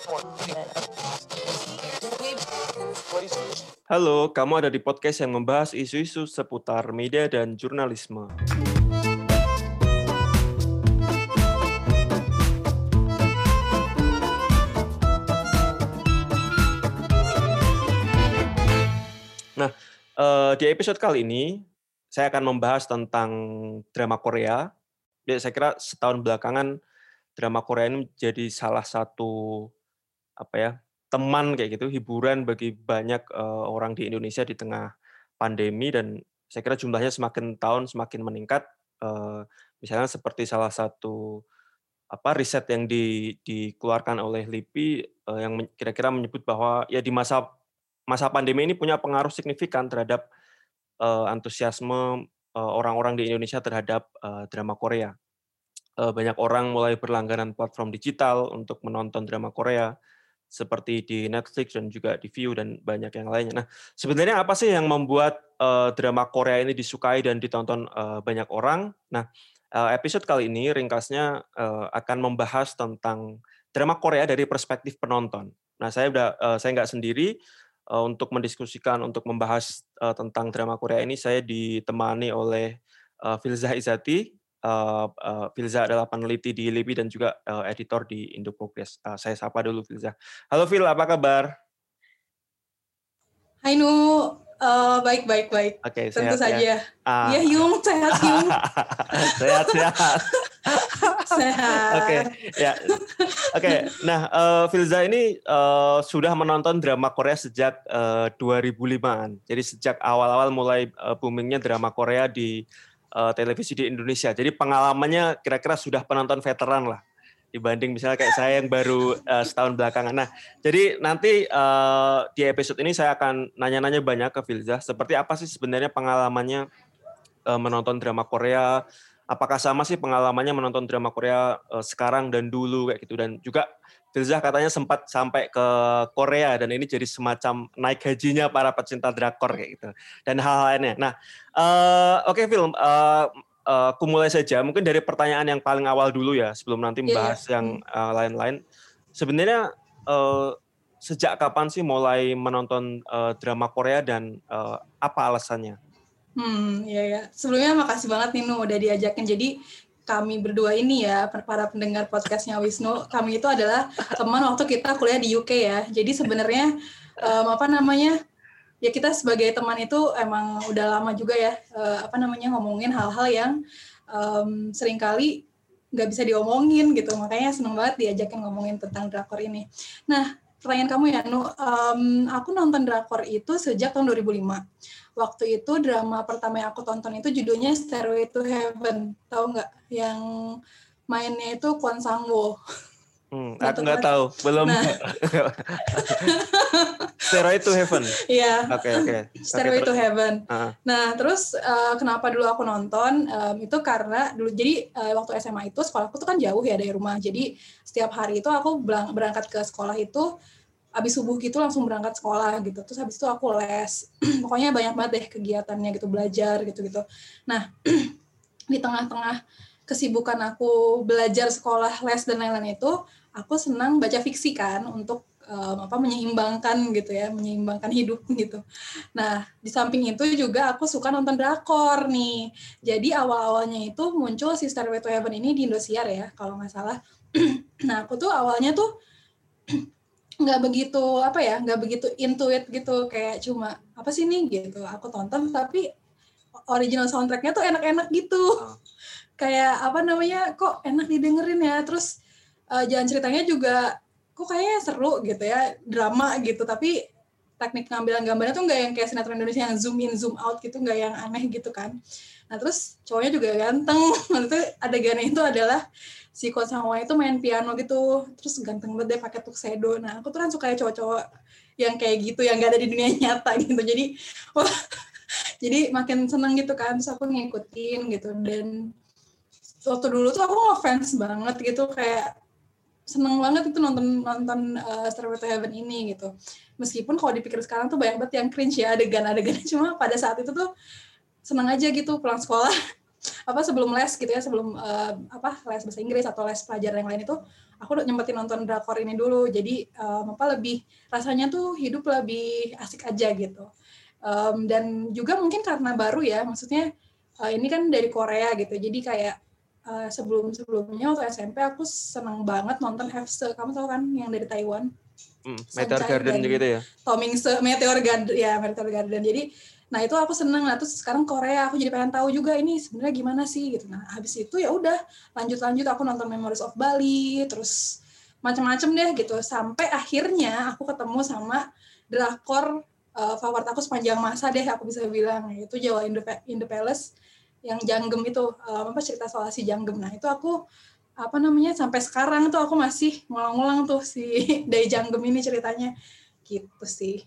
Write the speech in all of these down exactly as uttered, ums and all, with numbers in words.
Halo, kamu ada di podcast yang membahas isu-isu seputar media dan jurnalisme. Nah, di episode kali ini, saya akan membahas tentang drama Korea. Ya, saya kira setahun belakangan drama Korea ini menjadi salah satu apa ya teman kayak gitu, hiburan bagi banyak uh, orang di Indonesia di tengah pandemi, dan saya kira jumlahnya semakin tahun semakin meningkat. Uh, misalnya seperti salah satu apa riset yang di, dikeluarkan oleh L I P I uh, yang men, kira-kira menyebut bahwa ya di masa masa pandemi ini punya pengaruh signifikan terhadap uh, antusiasme uh, orang-orang di Indonesia terhadap uh, drama Korea. Uh, banyak orang mulai berlangganan platform digital untuk menonton drama Korea, seperti di Netflix dan juga di Viu dan banyak yang lainnya. Nah, sebenarnya apa sih yang membuat uh, drama Korea ini disukai dan ditonton uh, banyak orang? Nah, uh, episode kali ini ringkasnya uh, akan membahas tentang drama Korea dari perspektif penonton. Nah, saya udah uh, saya nggak sendiri uh, untuk mendiskusikan, untuk membahas uh, tentang drama Korea ini. Saya ditemani oleh uh, Filzah Izati. Uh, uh, Filzah adalah peneliti di L I P I dan juga uh, editor di Indo Progress. Uh, saya sapa dulu Filzah. Halo Fil, apa kabar? Hai Nu, uh, baik baik baik. Oke, okay, tentu sehat, saja. Iya ya. Yung, sehat Yung. sehat sehat. Sehat. Oke, okay, ya. Oke, okay. Nah uh, Filzah ini uh, sudah menonton drama Korea sejak uh, dua ribu limaan. Jadi sejak awal-awal mulai uh, boomingnya drama Korea di Uh, televisi di Indonesia. Jadi pengalamannya kira-kira sudah penonton veteran lah dibanding misalnya kayak saya yang baru uh, setahun belakangan. Nah, jadi nanti uh, di episode ini saya akan nanya-nanya banyak ke Filzah. Seperti apa sih sebenarnya pengalamannya uh, menonton drama Korea? Apakah sama sih pengalamannya menonton drama Korea uh, sekarang dan dulu kayak gitu? Dan juga Filzah katanya sempat sampai ke Korea dan ini jadi semacam naik gajinya para pecinta drakor kayak gitu dan hal lainnya. Nah, uh, oke okay, film, uh, uh, aku mulai saja mungkin dari pertanyaan yang paling awal dulu ya sebelum nanti membahas yeah, yeah. yang uh, lain-lain. Sebenarnya uh, sejak kapan sih mulai menonton uh, drama Korea dan uh, apa alasannya? Hmm, ya ya. Sebelumnya makasih banget Nino udah diajakin. Jadi kami berdua ini ya, para pendengar podcastnya Wisnu, kami itu adalah teman waktu kita kuliah di U K ya. Jadi sebenarnya um, apa namanya, ya kita sebagai teman itu emang udah lama juga ya, uh, apa namanya ngomongin hal-hal yang um, seringkali nggak bisa diomongin gitu. Makanya seneng banget diajakin ngomongin tentang drakor ini. Nah, pertanyaan kamu ya, Nu, um, aku nonton drakor itu sejak tahun dua ribu lima. Waktu itu drama pertama yang aku tonton itu judulnya Stairway to Heaven. Tahu nggak? Yang mainnya itu Kwon Sang-woo. Hmm, aku nggak tahu, belum. Nah. Stairway to Heaven. Iya. Oke okay, oke. Okay. Stairway okay, to Heaven. Uh. Nah terus uh, kenapa dulu aku nonton? Um, itu karena dulu jadi uh, waktu S M A itu sekolahku tuh kan jauh ya dari rumah. Jadi setiap hari itu aku berangkat ke sekolah itu abis subuh gitu langsung berangkat sekolah gitu. Terus habis itu aku les. Pokoknya banyak banget deh kegiatannya gitu, belajar gitu-gitu. Nah, di tengah-tengah kesibukan aku belajar, sekolah, les dan lain-lain itu, aku senang baca fiksi kan untuk um, apa menyeimbangkan gitu ya, menyeimbangkan hidup gitu. Nah, di samping itu juga aku suka nonton drakor nih. Jadi awal-awalnya itu muncul si Stairway to Heaven ini di Indosiar ya, kalau nggak salah. Nah, aku tuh awalnya tuh nggak begitu apa ya nggak begitu into it gitu, kayak cuma apa sih nih gitu aku tonton, tapi original soundtracknya tuh enak-enak gitu. Oh. Kayak apa namanya kok enak didengerin ya, terus uh, jalan ceritanya juga kok kayaknya seru gitu ya, drama gitu, tapi teknik pengambilan gambarnya tuh nggak yang kayak sinetron Indonesia yang zoom in zoom out gitu, nggak yang aneh gitu kan. Nah terus cowoknya juga ganteng. Maksudnya adegannya itu adalah si Kwon Sang-woo itu main piano gitu, terus ganteng banget deh pakai tuxedo. Nah aku tuh kan suka cowok-cowok yang kayak gitu, yang nggak ada di dunia nyata gitu. Jadi wah, jadi makin seneng gitu kan, terus aku ngikutin gitu. Dan waktu dulu tuh aku ngefans banget gitu, kayak seneng banget itu nonton nonton uh, Stairway to Heaven ini gitu. Meskipun kalau dipikir sekarang tuh banyak banget yang cringe ya adegan-adegannya, cuma pada saat itu tuh seneng aja gitu pulang sekolah apa sebelum les gitu ya, sebelum uh, apa les bahasa Inggris atau les pelajaran yang lain itu, aku udah nyempetin nonton drakor ini dulu. Jadi um, apa lebih rasanya tuh hidup lebih asik aja gitu. Um, dan juga mungkin karena baru ya, maksudnya uh, ini kan dari Korea gitu. Jadi kayak uh, sebelum-sebelumnya waktu S M P aku seneng banget nonton Hefse. Kamu tahu kan yang dari Taiwan? Hmm, Meteor Sunshine Garden dan gitu ya. Tomingse, Meteor Garden ya, Meteor Garden. Jadi nah itu aku seneng. Nah terus sekarang Korea aku jadi pengen tahu juga ini sebenarnya gimana sih gitu. Nah habis itu ya udah lanjut-lanjut aku nonton Memories of Bali, terus macam-macam deh gitu. Sampai akhirnya aku ketemu sama drakor uh, favorit aku sepanjang masa deh aku bisa bilang, itu Jawa in the, in the Palace yang Janggem itu, uh, apa cerita soal si Janggem. Nah itu aku apa namanya sampai sekarang tuh aku masih ngulang-ngulang tuh si Dai Janggem ini ceritanya gitu sih.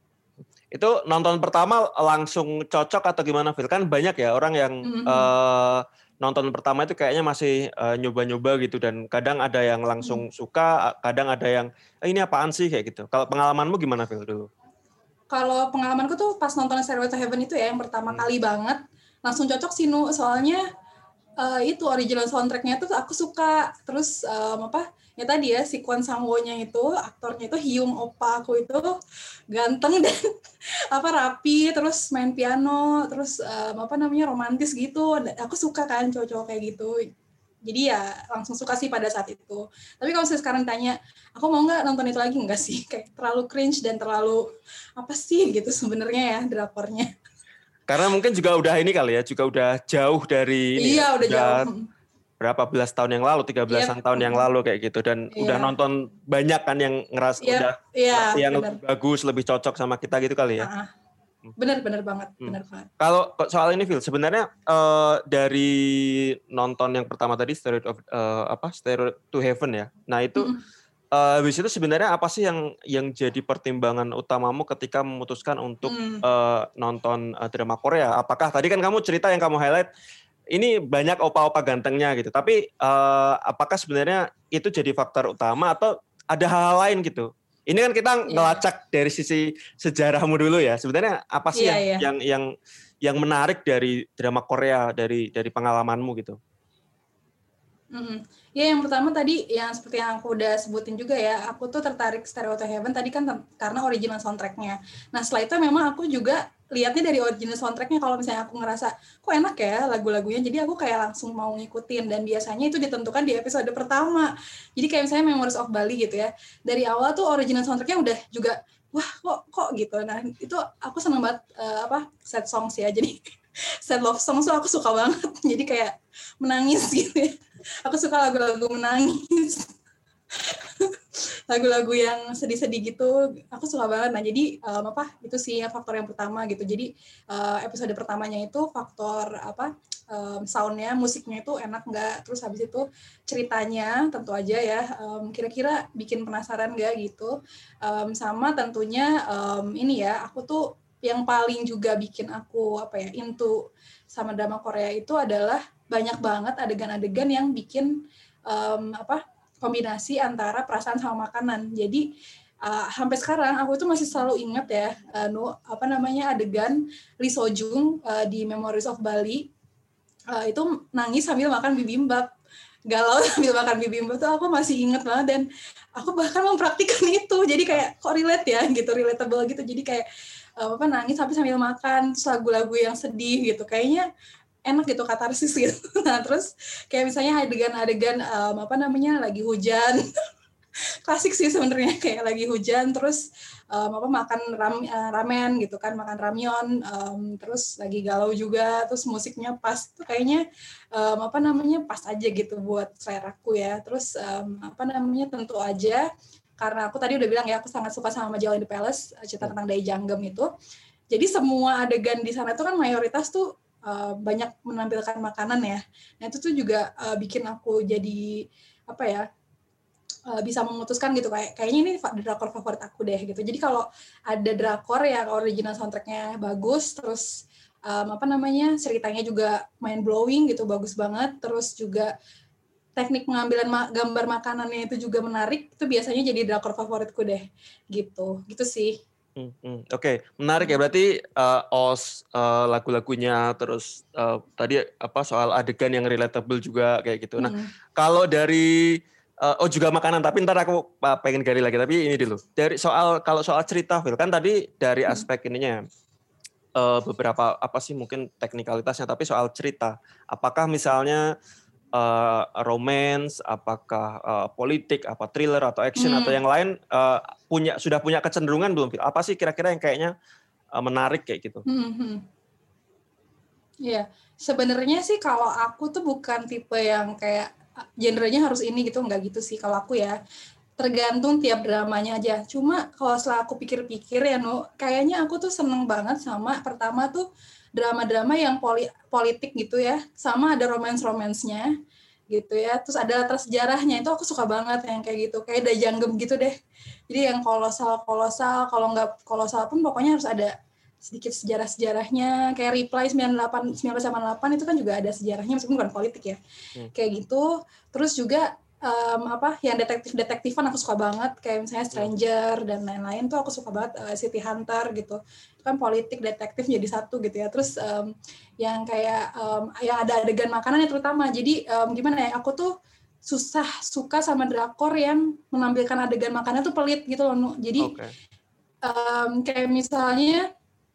Itu nonton pertama langsung cocok atau gimana, Phil? Kan banyak ya orang yang mm-hmm. uh, nonton pertama itu kayaknya masih uh, nyoba-nyoba gitu, dan kadang ada yang langsung mm. suka, kadang ada yang eh, ini apaan sih kayak gitu. Kalau pengalamanmu gimana, Phil, dulu? Kalau pengalamanku tuh pas nonton Stairway to Heaven itu ya yang pertama hmm. kali banget, langsung cocok sih Nu, soalnya uh, itu original soundtracknya tuh aku suka. Terus um, apa ya tadi ya si Kwon Sang-woo-nya itu, aktornya itu Hyung Oppa aku itu ganteng dan apa rapi, terus main piano, terus um, apa namanya romantis gitu. Aku suka kan cowok-cowok kayak gitu. Jadi ya langsung suka sih pada saat itu. Tapi kalau saya sekarang tanya, aku mau nggak nonton itu lagi, nggak sih, kayak terlalu cringe dan terlalu apa sih gitu sebenarnya ya drakornya. Karena mungkin juga udah ini kali ya, juga udah jauh dari ini. Iya, ya, udah jauh. Berapa belas tahun yang lalu, tiga belasan yep. tahun yang lalu kayak gitu, dan yeah. udah nonton banyak kan yang ngeras yep. udah yeah, yang bener. lebih bagus, lebih cocok sama kita gitu kali ya. Uh-huh. Bener-bener banget, hmm. bener banget. Kalau soal ini, Phil, sebenarnya uh, dari nonton yang pertama tadi, Stairway of uh, apa, Stairway to Heaven ya. Nah itu, mm-hmm. uh, habis itu sebenarnya apa sih yang yang jadi pertimbangan utamamu ketika memutuskan untuk mm. uh, nonton uh, drama Korea? Apakah tadi kan kamu cerita yang kamu highlight, ini banyak opa-opa gantengnya gitu. Tapi uh, apakah sebenarnya itu jadi faktor utama atau ada hal-hal lain gitu? Ini kan kita yeah. ngelacak dari sisi sejarahmu dulu ya. Sebenarnya apa sih yeah, yang, yeah. yang yang yang menarik dari drama Korea, dari dari pengalamanmu gitu? Mm-hmm. Ya yang pertama tadi yang seperti yang aku udah sebutin juga ya, aku tuh tertarik Stairway to Heaven tadi kan t- karena original soundtracknya. Nah setelah itu memang aku juga lihatnya dari original soundtracknya, kalau misalnya aku ngerasa kok enak ya lagu-lagunya, jadi aku kayak langsung mau ngikutin, dan biasanya itu ditentukan di episode pertama. Jadi kayak misalnya Memories of Bali gitu ya, dari awal tuh original soundtracknya udah juga wah kok kok gitu. Nah itu aku seneng banget uh, apa sad songs ya, jadi sad love songs tuh aku suka banget, jadi kayak menangis gitu ya. Aku suka lagu-lagu menangis, lagu-lagu yang sedih-sedih gitu, aku suka banget. Nah jadi um, apa itu sih faktor yang pertama gitu. Jadi uh, episode pertamanya itu faktor apa um, soundnya, musiknya itu enak nggak, terus habis itu ceritanya tentu aja ya um, kira-kira bikin penasaran nggak gitu, um, sama tentunya um, ini ya aku tuh yang paling juga bikin aku apa ya into sama drama Korea itu adalah banyak banget adegan-adegan yang bikin um, apa kombinasi antara perasaan sama makanan. Jadi uh, sampai sekarang aku tuh masih selalu ingat ya, uh, no, apa namanya adegan Lee Seo-jung uh, di Memories of Bali uh, itu nangis sambil makan bibimbap, galau sambil makan bibimbap tuh aku masih ingat banget, dan aku bahkan mempraktikkan itu. Jadi kayak kok relate ya gitu, relatable gitu. Jadi kayak uh, apa nangis tapi sambil makan, terus lagu-lagu yang sedih gitu, kayaknya enak gitu, katarsis gitu. Nah terus kayak misalnya adegan-adegan um, apa namanya lagi hujan, klasik sih sebenarnya, kayak lagi hujan terus um, apa makan ram, uh, ramen gitu kan, makan ramyeon, um, terus lagi galau juga, terus musiknya pas tuh kayaknya um, apa namanya pas aja gitu buat seleraku ya. Terus um, apa namanya tentu aja karena aku tadi udah bilang ya aku sangat suka sama Jawa in the Palace, cerita tentang Dai Janggem itu. Jadi semua adegan di sana tuh kan mayoritas tuh Uh, banyak menampilkan makanan ya. Nah itu tuh juga uh, bikin aku jadi apa ya uh, bisa memutuskan gitu kayak kayaknya ini drakor favorit aku deh gitu. Jadi kalau ada drakor yang original soundtracknya bagus, terus um, apa namanya ceritanya juga mind blowing gitu, bagus banget, terus juga teknik pengambilan ma- gambar makanannya itu juga menarik, itu biasanya jadi drakor favoritku deh gitu. Gitu sih. Hmm, hmm, oke, menarik ya berarti uh, O S uh, lagu-lagunya terus uh, tadi apa soal adegan yang relatable juga kayak gitu. Nah, Hmm. kalau dari uh, oh juga makanan tapi ntar aku uh, pengen gali lagi tapi ini dulu. Dari soal kalau soal cerita Phil kan tadi dari aspek ininya uh, beberapa apa sih mungkin teknikalitasnya tapi soal cerita. Apakah misalnya uh, romance, apakah uh, politik, apa thriller atau action Hmm. atau yang lain uh, punya sudah punya kecenderungan belum? Apa sih kira-kira yang kayaknya uh, menarik kayak gitu? Hmm. hmm. Iya, sebenarnya sih kalau aku tuh bukan tipe yang kayak genrenya harus ini gitu, nggak gitu sih kalau aku ya. Tergantung tiap dramanya aja. Cuma kalau setelah aku pikir-pikir ya, no, kayaknya aku tuh seneng banget sama pertama tuh drama-drama yang poli, politik gitu ya, sama ada romance-romance-nya gitu ya. Terus ada latar sejarahnya, itu aku suka banget yang kayak gitu. Kayak Dajanggem gitu deh. Jadi yang kolosal-kolosal, kalau nggak kolosal pun pokoknya harus ada sedikit sejarah-sejarahnya. Kayak Reply sembilan puluh delapan, seribu sembilan ratus delapan puluh delapan itu kan juga ada sejarahnya, meskipun bukan politik ya. Hmm. Kayak gitu. Terus juga Um, apa yang detektif-detektifan aku suka banget, kayak misalnya Stranger dan lain-lain tuh aku suka banget, uh, City Hunter gitu, itu kan politik detektif jadi satu gitu ya. Terus um, yang kayak um, yang ada adegan makanannya terutama, jadi um, gimana ya, aku tuh susah suka sama drakor yang menampilkan adegan makanannya tuh pelit gitu loh. Jadi okay. um, kayak misalnya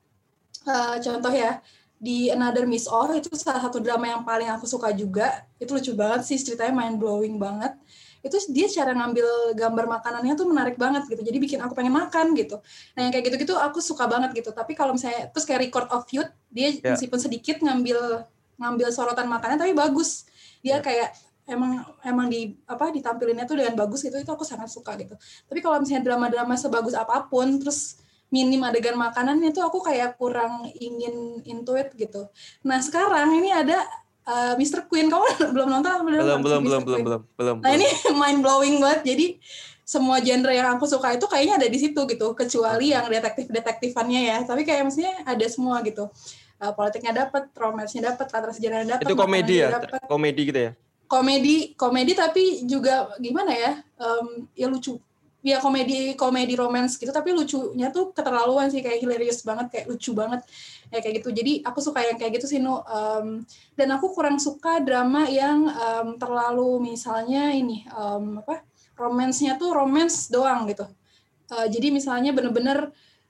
uh, contoh ya di Another Miss Oh, itu salah satu drama yang paling aku suka juga. Itu lucu banget sih, ceritanya mind blowing banget. Itu dia cara ngambil gambar makanannya tuh menarik banget gitu. Jadi bikin aku pengen makan gitu. Nah, yang kayak gitu-gitu aku suka banget gitu. Tapi kalau misalnya terus kayak Record of Youth, dia yeah. meskipun sedikit ngambil ngambil sorotan makanan tapi bagus. Dia yeah. kayak emang emang di apa ditampilinnya tuh dengan bagus gitu. Itu aku sangat suka gitu. Tapi kalau misalnya drama-drama sebagus apapun terus minim adegan makanannya tuh aku kayak kurang ingin intuit gitu. Nah sekarang ini ada uh, mister Queen, kamu belum nonton? Belum belum belum belum, belum belum belum. Nah ini mind blowing banget. Jadi semua genre yang aku suka itu kayaknya ada di situ gitu. Kecuali okay. yang detektif-detektifannya ya. Tapi kayak maksudnya ada semua gitu. Uh, politiknya dapat, romance-nya dapat, latar sejarahnya dapat. Itu komedi ya? Dapet. Komedi gitu ya? Komedi, komedi tapi juga gimana ya? Um, ya lucu. Ya komedi komedi romance gitu, tapi lucunya tuh keterlaluan sih, kayak hilarious banget, kayak lucu banget ya kayak gitu. Jadi aku suka yang kayak gitu sih, Nu. Um, dan aku kurang suka drama yang um, terlalu misalnya ini um, apa romance-nya tuh romance doang gitu. Uh, jadi misalnya bener-bener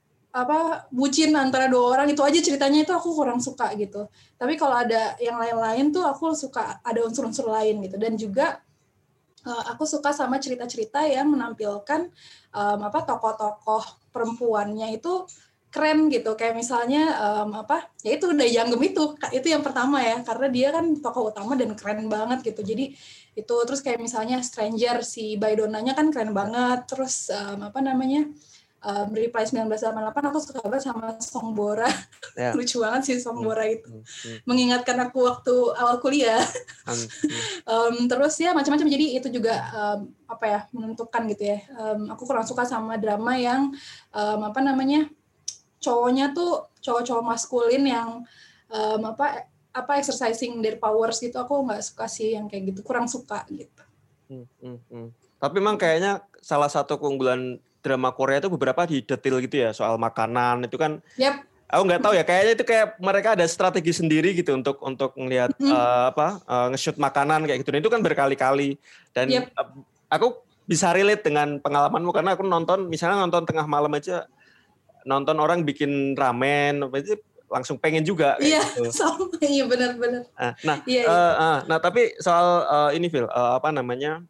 apa bucin antara dua orang itu aja ceritanya, itu aku kurang suka gitu. Tapi kalau ada yang lain-lain tuh aku suka ada unsur-unsur lain gitu. Dan juga Uh, aku suka sama cerita-cerita yang menampilkan um, apa tokoh-tokoh perempuannya itu keren gitu, kayak misalnya um, apa ya itu Dajanggem itu itu yang pertama ya, karena dia kan tokoh utama dan keren banget gitu. Jadi itu terus kayak misalnya Stranger, si Baidonanya kan keren banget. Terus um, apa namanya um, Reply seribu sembilan ratus delapan puluh delapan aku suka banget sama Songbora. Yeah. Lucu banget sih Songbora itu. Hmm. Hmm. Mengingatkan aku waktu awal kuliah. Hmm. um, terus ya macam-macam, jadi itu juga um, apa ya menentukan gitu ya. Um, aku kurang suka sama drama yang um, apa namanya cowoknya tuh cowok-cowok maskulin yang um, apa apa exercising their powers gitu. Aku nggak suka sih yang kayak gitu, kurang suka gitu. Hmm. Hmm. Hmm. Tapi memang kayaknya salah satu keunggulan drama Korea itu beberapa di detail gitu ya, soal makanan itu kan. Yep. Aku nggak tahu ya, kayaknya itu kayak mereka ada strategi sendiri gitu untuk untuk melihat mm-hmm. uh, apa uh, nge-shoot makanan kayak gitu. Dan itu kan berkali-kali. Dan yep. uh, aku bisa relate dengan pengalamanmu karena aku nonton misalnya nonton tengah malam aja, nonton orang bikin ramen itu langsung pengen juga kayak iya, gitu. Sama, iya benar-benar. Nah, nah, iya, uh, iya. Uh, nah tapi soal uh, ini Phil, uh, apa namanya?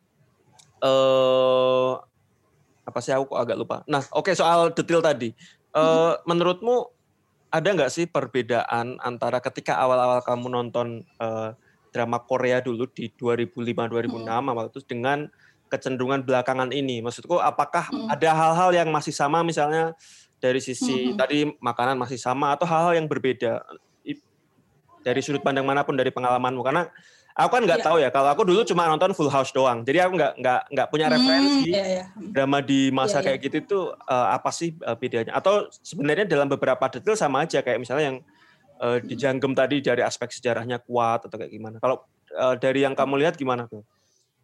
Uh, apa sih aku kok agak lupa. Nah, oke okay, soal detail tadi. Uh, hmm. Menurutmu ada nggak sih perbedaan antara ketika awal-awal kamu nonton uh, drama Korea dulu di dua ribu lima dua ribu enam hmm. waktu dengan kecenderungan belakangan ini? Maksudku apakah hmm. ada hal-hal yang masih sama misalnya dari sisi hmm. tadi makanan masih sama atau hal-hal yang berbeda dari sudut pandang manapun dari pengalamanmu? Karena aku kan nggak ya. tahu ya, kalau aku dulu cuma nonton Full House doang, jadi aku nggak nggak nggak punya referensi hmm, ya, ya. drama di masa ya, kayak ya. gitu itu uh, apa sih uh, bedanya? Atau sebenarnya dalam beberapa detail sama aja, kayak misalnya yang uh, di Janggem tadi dari aspek sejarahnya kuat atau kayak gimana? Kalau uh, dari yang kamu lihat gimana tuh?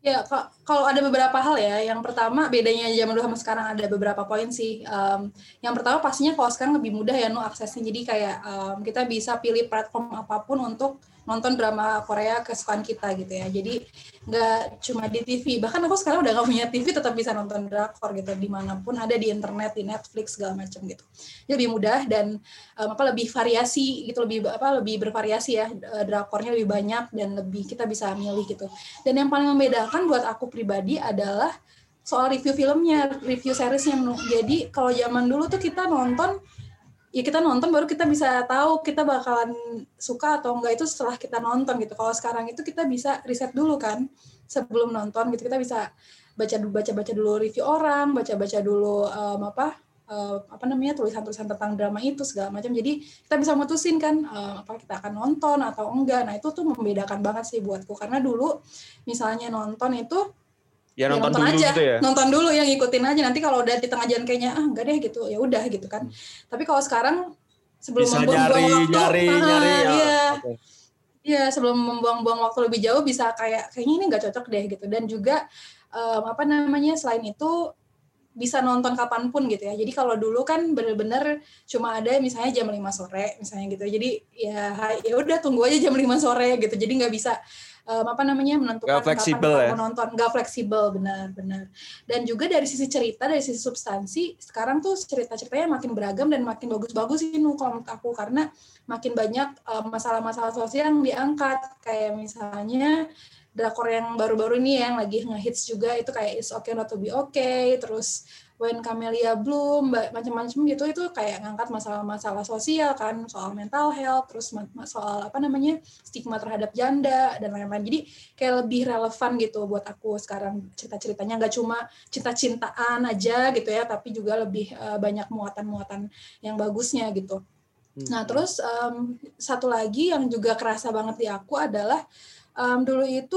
Ya, ka- kalau ada beberapa hal ya. Yang pertama, bedanya zaman dulu sama sekarang ada beberapa poin sih. Um, yang pertama pastinya kalau sekarang lebih mudah ya no aksesnya. Jadi kayak um, kita bisa pilih platform apapun untuk nonton drama Korea kesukaan kita gitu ya. Jadi nggak cuma di T V. Bahkan aku sekarang udah nggak punya T V tetap bisa nonton drakor gitu. Dimanapun ada di internet, di Netflix segala macam gitu. Jadi lebih mudah dan um, apa lebih variasi gitu, lebih apa lebih bervariasi ya. Drakornya lebih banyak dan lebih kita bisa milih gitu. Dan yang paling membedakan buat aku pribadi adalah soal review filmnya, review seriesnya. Jadi kalau zaman dulu tuh kita nonton, ya kita nonton baru kita bisa tahu kita bakalan suka atau enggak itu setelah kita nonton gitu. Kalau sekarang itu kita bisa riset dulu kan sebelum nonton gitu. Kita bisa baca baca baca dulu review orang, baca baca dulu um, apa uh, apa namanya tulisan-tulisan tentang drama itu segala macam. Jadi kita bisa mutusin kan uh, apa kita akan nonton atau enggak. Nah itu tuh membedakan banget sih buatku karena dulu misalnya nonton itu Ya ya nonton nonton dulu aja, gitu ya. nonton dulu yang ngikutin aja. Nanti kalau udah di tengah jalan kayaknya ah enggak deh gitu, ya udah gitu kan. Hmm. Tapi kalau sekarang sebelum Bisa membuang-buang nyari waktu, nyari nyari ah, ya. iya, Oke. iya sebelum membuang-buang waktu lebih jauh bisa kayak kayaknya ini nggak cocok deh gitu. Dan juga um, apa namanya selain itu bisa nonton kapanpun gitu ya. Jadi kalau dulu kan bener-bener cuma ada misalnya jam lima sore misalnya gitu. Jadi ya ya udah tunggu aja jam lima sore gitu. Jadi nggak bisa um, apa namanya menentukan Gak kapan fleksibel kalau ya. mau nonton. Nggak fleksibel, benar-benar. Dan juga dari sisi cerita, dari sisi substansi, sekarang tuh cerita-ceritanya makin beragam dan makin bagus-bagus sih nu kalau menurut aku. Karena makin banyak um, masalah-masalah sosial yang diangkat. Kayak misalnya drakor yang baru-baru ini yang lagi ngehits juga itu kayak It's Okay Not to Be Okay, terus When Camellia Bloom, macam-macam gitu, itu kayak ngangkat masalah-masalah sosial kan, soal mental health, terus soal apa namanya stigma terhadap janda dan lain-lain. Jadi kayak lebih relevan gitu buat aku sekarang cerita-ceritanya, nggak cuma cinta-cintaan aja gitu ya, tapi juga lebih uh, banyak muatan-muatan yang bagusnya gitu. Nah terus um, satu lagi yang juga kerasa banget di aku adalah Um, dulu itu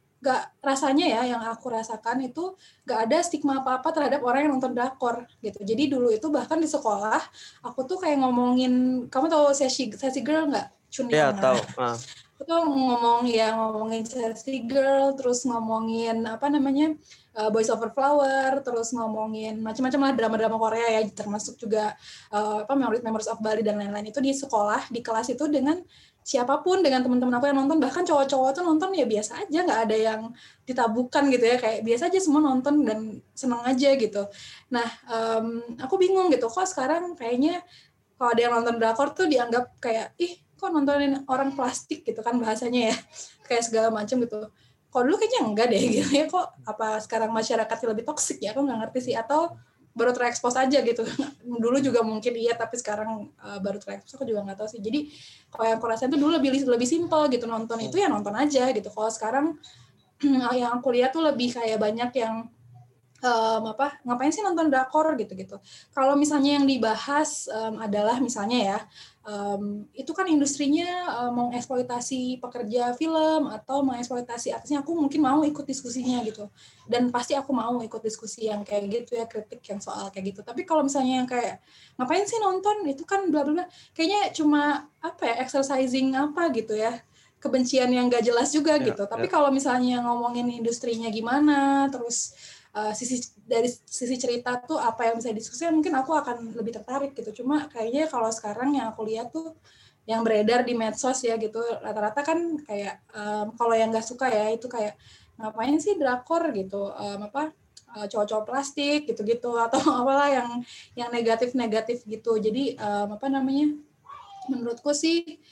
gak rasanya ya yang aku rasakan itu gak ada stigma apa-apa terhadap orang yang nonton drakor gitu. Jadi dulu itu bahkan di sekolah aku tuh kayak ngomongin, kamu tahu Sassy, Sassy Girl nggak? Chun Ya Young. tahu. Ah. Aku tuh ngomong ya ngomongin Sassy Girl, terus ngomongin apa namanya uh, Boys Over Flower, terus ngomongin macam-macam lah drama-drama Korea ya, termasuk juga uh, apa Memories Memories of Bali dan lain-lain itu di sekolah di kelas itu dengan siapapun, dengan teman-teman aku yang nonton, bahkan cowok-cowok tuh nonton ya biasa aja, nggak ada yang ditabukan gitu ya, kayak biasa aja semua nonton dan seneng aja gitu. Nah, um, aku bingung gitu, kok sekarang kayaknya kalau ada yang nonton drakor tuh dianggap kayak, ih kok nontonin orang plastik gitu kan bahasanya ya, kayak segala macam gitu. Kalau dulu kayaknya enggak deh gitu ya, kok apa sekarang masyarakatnya lebih toksik ya, aku nggak ngerti sih, atau baru terekspos aja gitu. Dulu juga mungkin iya, tapi sekarang uh, baru terekspos, aku juga nggak tahu sih. Jadi kalau yang aku rasain tuh dulu lebih lebih simpel gitu, nonton itu ya nonton aja gitu. Kalau sekarang yang aku lihat tuh lebih kayak banyak yang um, apa ngapain sih nonton drakor gitu-gitu. Kalau misalnya yang dibahas um, adalah misalnya ya um, itu kan industrinya um, mengeksploitasi pekerja film atau mengeksploitasi artisnya, aku mungkin mau ikut diskusinya gitu, dan pasti aku mau ikut diskusi yang kayak gitu ya, kritik yang soal kayak gitu. Tapi kalau misalnya yang kayak ngapain sih nonton itu kan bla bla, kayaknya cuma apa ya exercising apa gitu ya, kebencian yang gak jelas juga Ya, gitu. Tapi ya. kalau misalnya ngomongin industrinya gimana, terus Uh, sisi dari sisi cerita tuh apa yang bisa diskusikan, mungkin aku akan lebih tertarik gitu. Cuma kayaknya kalau sekarang yang aku lihat tuh yang beredar di medsos ya gitu, rata-rata kan kayak um, kalau yang nggak suka ya itu kayak ngapain sih drakor gitu, um, apa uh, cowok-cowok plastik gitu-gitu atau apalah yang yang negatif-negatif gitu. Jadi um, apa namanya, menurutku sih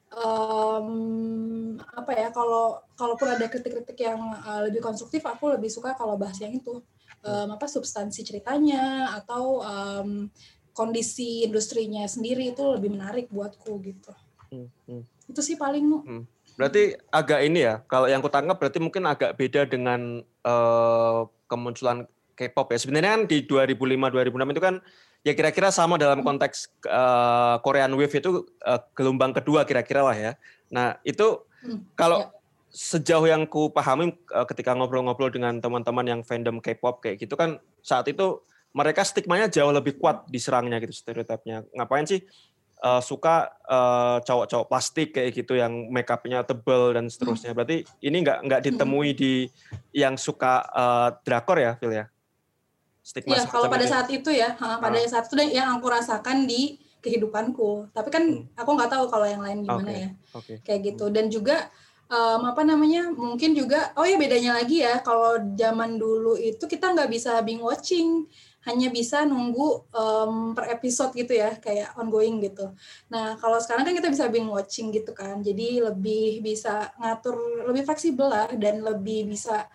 um, apa ya, kalau kalaupun ada kritik-kritik yang uh, lebih konstruktif, aku lebih suka kalau bahas yang itu um, apa substansi ceritanya atau um, kondisi industrinya sendiri, itu lebih menarik buatku gitu. Hmm, hmm. Itu sih paling nu. Hmm. Berarti agak ini ya, kalau yang kutangkap berarti mungkin agak beda dengan uh, kemunculan K-pop ya. Sebenarnya kan di dua ribu lima dua ribu enam itu kan ya kira-kira sama dalam konteks uh, Korean Wave itu uh, gelombang kedua kira-kira lah ya. Nah itu hmm, kalau ya. Sejauh yang ku pahami uh, ketika ngobrol-ngobrol dengan teman-teman yang fandom K-pop kayak gitu kan, saat itu mereka stigmanya jauh lebih kuat diserangnya gitu, stereotipnya. Ngapain sih uh, suka uh, cowok-cowok plastik kayak gitu yang make up-nya tebal dan seterusnya. Berarti ini nggak nggak ditemui di yang suka uh, drakor ya, Phil ya? Stigma Iya, kalau semacam pada itu. saat itu ya, ha, pada Ah. saat itu yang aku rasakan di kehidupanku. Tapi kan Hmm. aku nggak tahu kalau yang lain gimana Oke, ya. oke. Kayak gitu. Dan juga um, apa namanya? Mungkin juga oh ya bedanya lagi ya, kalau zaman dulu itu kita nggak bisa binge watching, hanya bisa nunggu um, per episode gitu ya, kayak ongoing gitu. Nah, kalau sekarang kan kita bisa binge watching gitu kan. Jadi lebih bisa ngatur, lebih fleksibel lah dan lebih bisa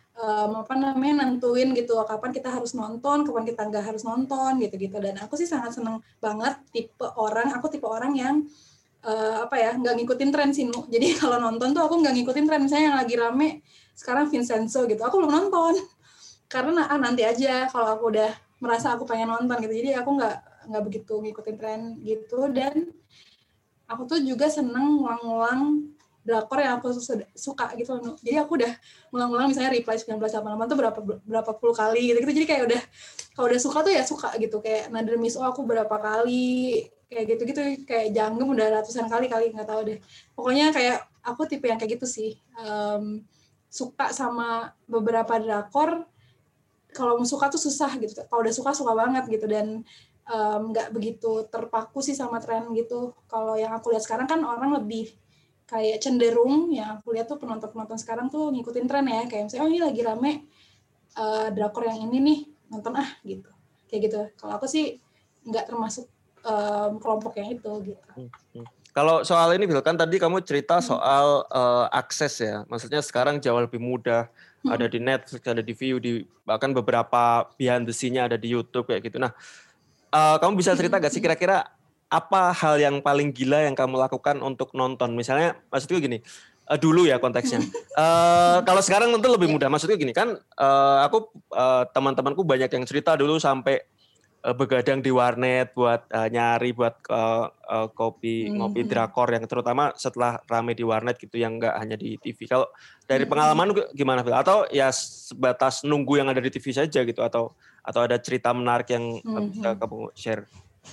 Um, apa namanya nentuin gitu kapan kita harus nonton, kapan kita nggak harus nonton gitu-gitu. Dan aku sih sangat seneng banget tipe orang, aku tipe orang yang uh, apa ya nggak ngikutin tren sih Nu. Jadi kalau nonton tuh aku nggak ngikutin tren. Misalnya yang lagi rame sekarang Vincenzo gitu, aku belum nonton karena ah nanti aja kalau aku udah merasa aku pengen nonton gitu. Jadi aku nggak nggak begitu ngikutin tren gitu. Dan aku tuh juga seneng ngulang-ngulang drakor yang aku suka gitu loh. Jadi aku udah ngulang-ngulang misalnya Reply sembilan belas delapan puluh delapan tuh berapa berapa puluh kali gitu gitu. Jadi kayak udah kalau udah suka tuh ya suka gitu. Kayak Another Miss Oh aku berapa kali kayak gitu-gitu, kayak Janggem udah ratusan kali kali nggak tahu deh. Pokoknya kayak aku tipe yang kayak gitu sih. Um, suka sama beberapa drakor. Kalau mau suka tuh susah gitu. Kalau udah suka suka banget gitu dan nggak um, begitu terpaku sih sama tren gitu. Kalau yang aku lihat sekarang kan orang lebih kayak cenderung yang aku lihat tuh penonton-penonton sekarang tuh ngikutin tren ya, kayak misalnya oh ini lagi rame uh, drakor yang ini nih, nonton ah gitu, kayak gitu. Kalau aku sih nggak termasuk um, kelompok yang itu gitu. Hmm, hmm. Kalau soal ini Phil, kan tadi kamu cerita soal uh, akses ya, maksudnya sekarang jauh lebih mudah, hmm. ada di Netflix, ada di Viu, di bahkan beberapa behind the scene-nya ada di YouTube kayak gitu. Nah, uh, kamu bisa cerita gak sih kira-kira apa hal yang paling gila yang kamu lakukan untuk nonton? Misalnya, maksudku gini, uh, dulu ya konteksnya. Uh, kalau sekarang tentu lebih mudah. Maksudku gini kan, uh, aku uh, teman-temanku banyak yang cerita dulu sampai uh, begadang di warnet buat uh, nyari buat uh, uh, kopi ngopi drakor yang terutama setelah rame di warnet gitu yang nggak hanya di T V. Kalau dari pengalaman gimana Phil? Atau ya sebatas nunggu yang ada di T V saja gitu atau atau ada cerita menarik yang uh, bisa kamu share?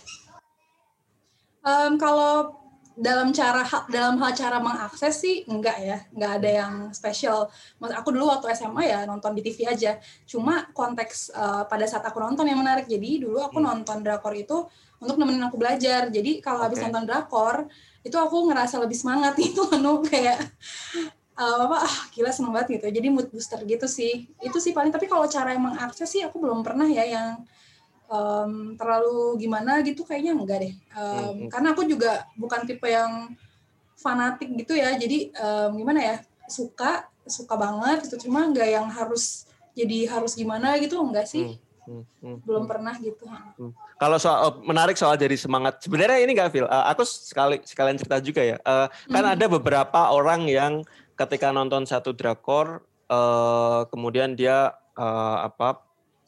Um, kalau dalam cara dalam hal cara mengakses sih enggak ya, enggak ada yang spesial. Aku dulu waktu S M A ya nonton di T V aja. Cuma konteks uh, pada saat aku nonton yang menarik. Jadi dulu aku hmm. nonton drakor itu untuk nemenin aku belajar. Jadi kalau okay. habis nonton drakor itu aku ngerasa lebih semangat gitu, anu kayak uh, apa ah gila seneng banget gitu. Jadi mood booster gitu sih. Itu sih paling. Tapi kalau cara yang mengakses sih aku belum pernah ya yang Um, terlalu gimana gitu kayaknya enggak deh um, hmm. karena aku juga bukan tipe yang fanatik gitu ya, jadi um, gimana ya suka suka banget gitu, cuma enggak yang harus jadi harus gimana gitu enggak sih. hmm. Hmm. Hmm. belum hmm. pernah gitu. hmm. Kalau soal menarik soal jadi semangat sebenarnya ini enggak Phil, uh, aku sekali sekalian cerita juga ya, uh, kan hmm. ada beberapa orang yang ketika nonton satu drakor uh, kemudian dia uh, apa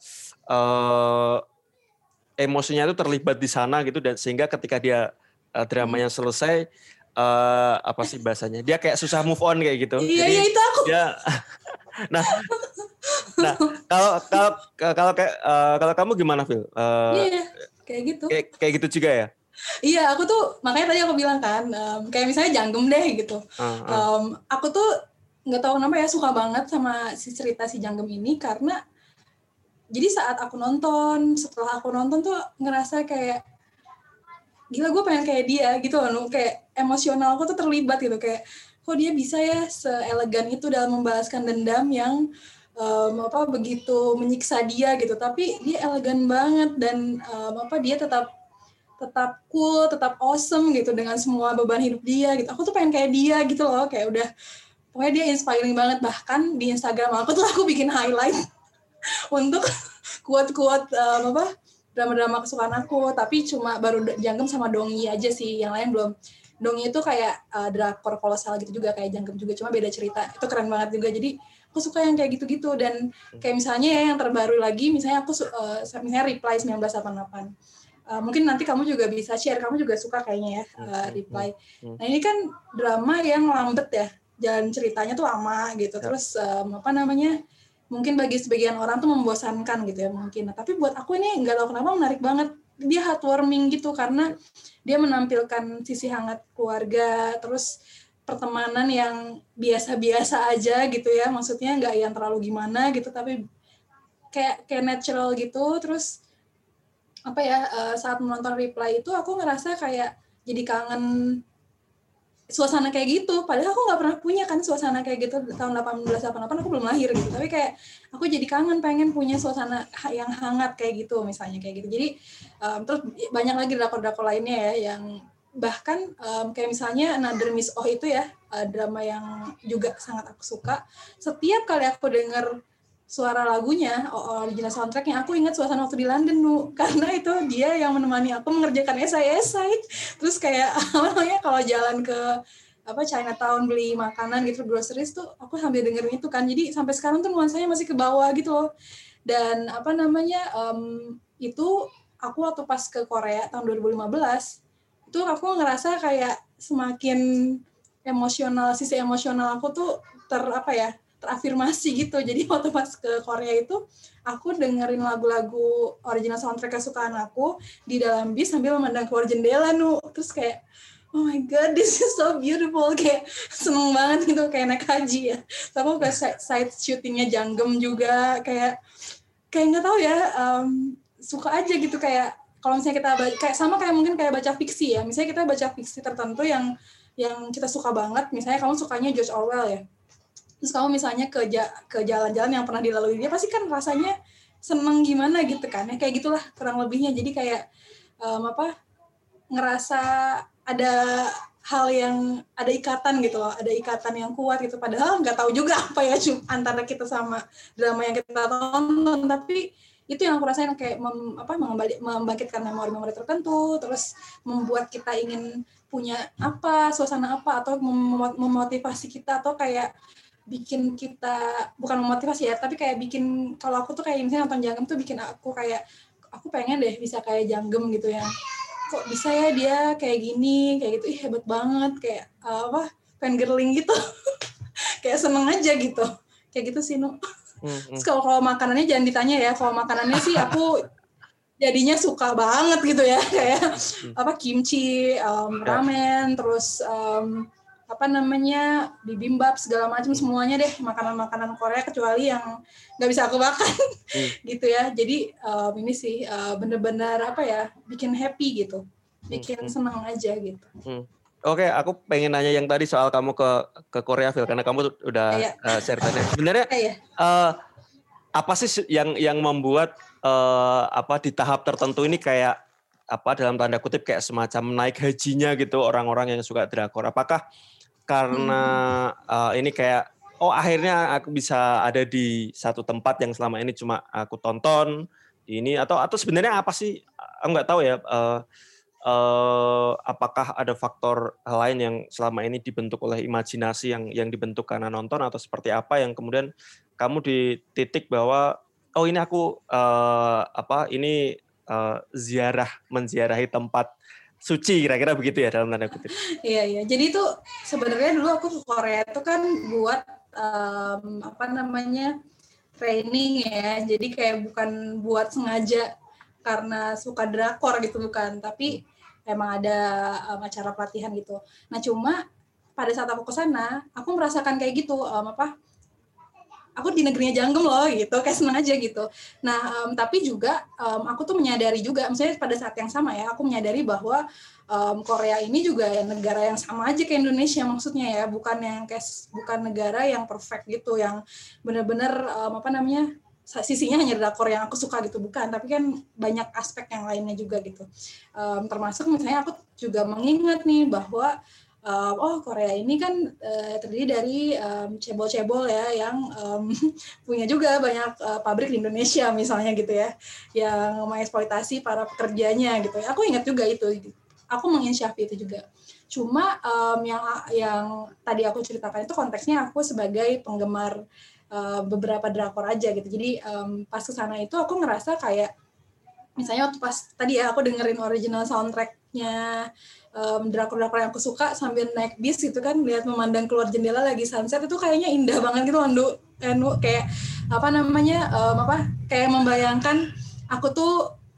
uh, emosinya itu terlibat di sana gitu dan sehingga ketika dia uh, dramanya selesai uh, apa sih bahasanya dia kayak susah move on kayak gitu. Iya, jadi iya, itu aku. Dia nah nah kalau kalau kalau kayak uh, kalau kamu gimana Phil? Uh, iya kayak gitu. Kayak, kayak gitu juga ya? Iya aku tuh makanya tadi aku bilang kan um, kayak misalnya Janggem deh gitu. Uh, uh. Um, aku tuh nggak tahu kenapa ya suka banget sama si cerita si Janggem ini karena jadi saat aku nonton, setelah aku nonton tuh ngerasa kayak gila gue pengen kayak dia gitu loh, kayak emosional aku tuh terlibat gitu, kayak kok dia bisa ya seelegan itu dalam membalaskan dendam yang um, apa begitu menyiksa dia gitu, tapi dia elegan banget dan um, apa dia tetap tetap cool, tetap awesome gitu dengan semua beban hidup dia gitu. Aku tuh pengen kayak dia gitu loh, kayak udah pokoknya dia inspiring banget. Bahkan di Instagram aku tuh aku bikin highlight untuk quote-quote um, apa drama-drama kesukaan aku, tapi cuma baru Janggem sama Dongi aja sih, yang lain belum. Dongi itu kayak uh, drakor kolosal gitu juga kayak Janggem juga, cuma beda cerita. Itu keren banget juga. Jadi aku suka yang kayak gitu-gitu dan kayak misalnya ya yang terbaru lagi misalnya aku uh, misalnya Reply sembilan belas delapan puluh delapan. Uh, mungkin nanti kamu juga bisa share, kamu juga suka kayaknya ya uh, Reply. Nah ini kan drama yang lambat ya, jalan ceritanya tuh lama gitu. Terus um, apa namanya? Mungkin bagi sebagian orang tuh membosankan gitu ya mungkin. Nah, tapi buat aku ini nggak tahu kenapa menarik banget dia heartwarming gitu karena dia menampilkan sisi hangat keluarga, terus pertemanan yang biasa-biasa aja gitu ya, maksudnya nggak yang terlalu gimana gitu, tapi kayak kayak natural gitu. Terus apa ya, uh, saat menonton Reply itu aku ngerasa kayak jadi kangen suasana kayak gitu, padahal aku nggak pernah punya kan suasana kayak gitu. Tahun delapan belas delapan puluh delapan aku belum lahir gitu, tapi kayak aku jadi kangen, pengen punya suasana yang hangat kayak gitu misalnya kayak gitu. Jadi um, terus banyak lagi drakor-drakor lainnya ya, yang bahkan um, kayak misalnya Another Miss Oh itu ya, uh, drama yang juga sangat aku suka. Setiap kali aku denger suara lagunya, original soundtracknya, aku ingat suasana waktu di London, Nu. Karena itu dia yang menemani aku mengerjakan esai-esai. Terus kayak apa namanya, kalau jalan ke apa Chinatown beli makanan gitu, groceries tuh, aku sambil dengerin itu kan. Jadi sampai sekarang tuh nuansanya masih ke bawah gitu loh. Dan apa namanya, um, itu aku waktu pas ke Korea tahun dua ribu lima belas, itu aku ngerasa kayak semakin emosional, sisi emosional aku tuh ter apa ya, terafirmasi gitu. Jadi waktu pas ke Korea itu aku dengerin lagu-lagu original soundtrack kesukaan aku di dalam bis sambil memandang keluar jendela, Nu. Terus kayak oh my god, this is so beautiful, kayak seneng banget gitu, kayak naik haji ya. Terus aku kayak side, side shootingnya Janggem juga, kayak kayak nggak tahu ya, um, suka aja gitu. Kayak kalau misalnya kita baca, kayak sama kayak mungkin kayak baca fiksi ya, misalnya kita baca fiksi tertentu yang yang kita suka banget, misalnya kamu sukanya George Orwell ya, terus kamu misalnya ke ja- ke jalan-jalan yang pernah dilalui dia, pasti kan rasanya seneng gimana gitu kan ya, kayak gitulah kurang lebihnya. Jadi kayak um, apa ngerasa ada hal yang ada ikatan gitu loh, ada ikatan yang kuat gitu, padahal nggak tahu juga apa ya antara kita sama drama yang kita tonton, tapi itu yang aku rasain kayak mem, apa membangkitkan memori-memori tertentu, terus membuat kita ingin punya apa suasana apa, atau mem- memotivasi kita, atau kayak bikin kita, bukan memotivasi ya, tapi kayak bikin, kalau aku tuh kayak misalnya nonton Janggem tuh bikin aku kayak, aku pengen deh bisa kayak Janggem gitu ya, kok bisa ya dia kayak gini, kayak gitu, ih hebat banget, kayak uh, apa, fangirling gitu. Kayak seneng aja gitu, kayak gitu sih, Nu. Hmm, Terus kalau kalau makanannya jangan ditanya ya, kalau makanannya sih aku jadinya suka banget gitu ya, kayak apa kimchi, um, ramen, terus um, apa namanya bibimbap, segala macam, semuanya deh makanan-makanan Korea kecuali yang nggak bisa aku makan. Hmm. Gitu ya. Jadi um, ini sih uh, bener-bener apa ya, bikin happy gitu, bikin hmm. senang aja gitu. Hmm. Oke, aku pengen nanya yang tadi soal kamu ke ke Korea, Phil, karena kamu udah ya, ya. Uh, share tadi. Sebenarnya ya, ya. Uh, apa sih yang yang membuat uh, apa di tahap tertentu ini kayak apa dalam tanda kutip kayak semacam naik hajinya gitu orang-orang yang suka drakor? Apakah karena uh, ini kayak oh akhirnya aku bisa ada di satu tempat yang selama ini cuma aku tonton ini, atau atau sebenarnya apa sih? Aku nggak tahu ya. Uh, uh, apakah ada faktor lain yang selama ini dibentuk oleh imajinasi yang yang dibentuk karena nonton, atau seperti apa yang kemudian kamu di titik bahwa oh ini aku uh, apa ini uh, ziarah menziarahi tempat suci, kira-kira begitu ya dalam tanda kutip. Iya iya. Jadi itu sebenarnya dulu aku ke Korea itu kan buat um, apa namanya training ya. Jadi kayak bukan buat sengaja karena suka drakor gitu, bukan. Tapi emang ada um, acara pelatihan gitu. Nah cuma pada saat aku ke sana, aku merasakan kayak gitu, um, apa? Aku di negerinya Janggem loh gitu, kayak seneng aja gitu. Nah, um, tapi juga um, aku tuh menyadari juga, misalnya pada saat yang sama ya, aku menyadari bahwa um, Korea ini juga ya negara yang sama aja kayak Indonesia, maksudnya ya, bukan yang kayak bukan negara yang perfect gitu, yang benar-benar um, apa namanya sisinya hanya drakor yang aku suka gitu, bukan, tapi kan banyak aspek yang lainnya juga gitu. Um, termasuk misalnya aku juga mengingat nih bahwa Uh, oh Korea ini kan uh, terdiri dari um, cebol-cebol ya yang um, punya juga banyak uh, pabrik di Indonesia misalnya gitu ya, yang mengeksploitasi para pekerjanya gitu. Aku ingat juga itu, aku menginsyafi itu juga. Cuma um, yang yang tadi aku ceritakan itu konteksnya aku sebagai penggemar uh, beberapa drakor aja gitu. Jadi um, pas kesana itu aku ngerasa kayak misalnya waktu pas tadi ya aku dengerin original soundtracknya um, drakor-drakor yang aku suka sambil naik bis gitu kan, lihat memandang keluar jendela lagi sunset, itu kayaknya indah banget gitu loh, Enu, kayak apa namanya um, apa kayak membayangkan aku tuh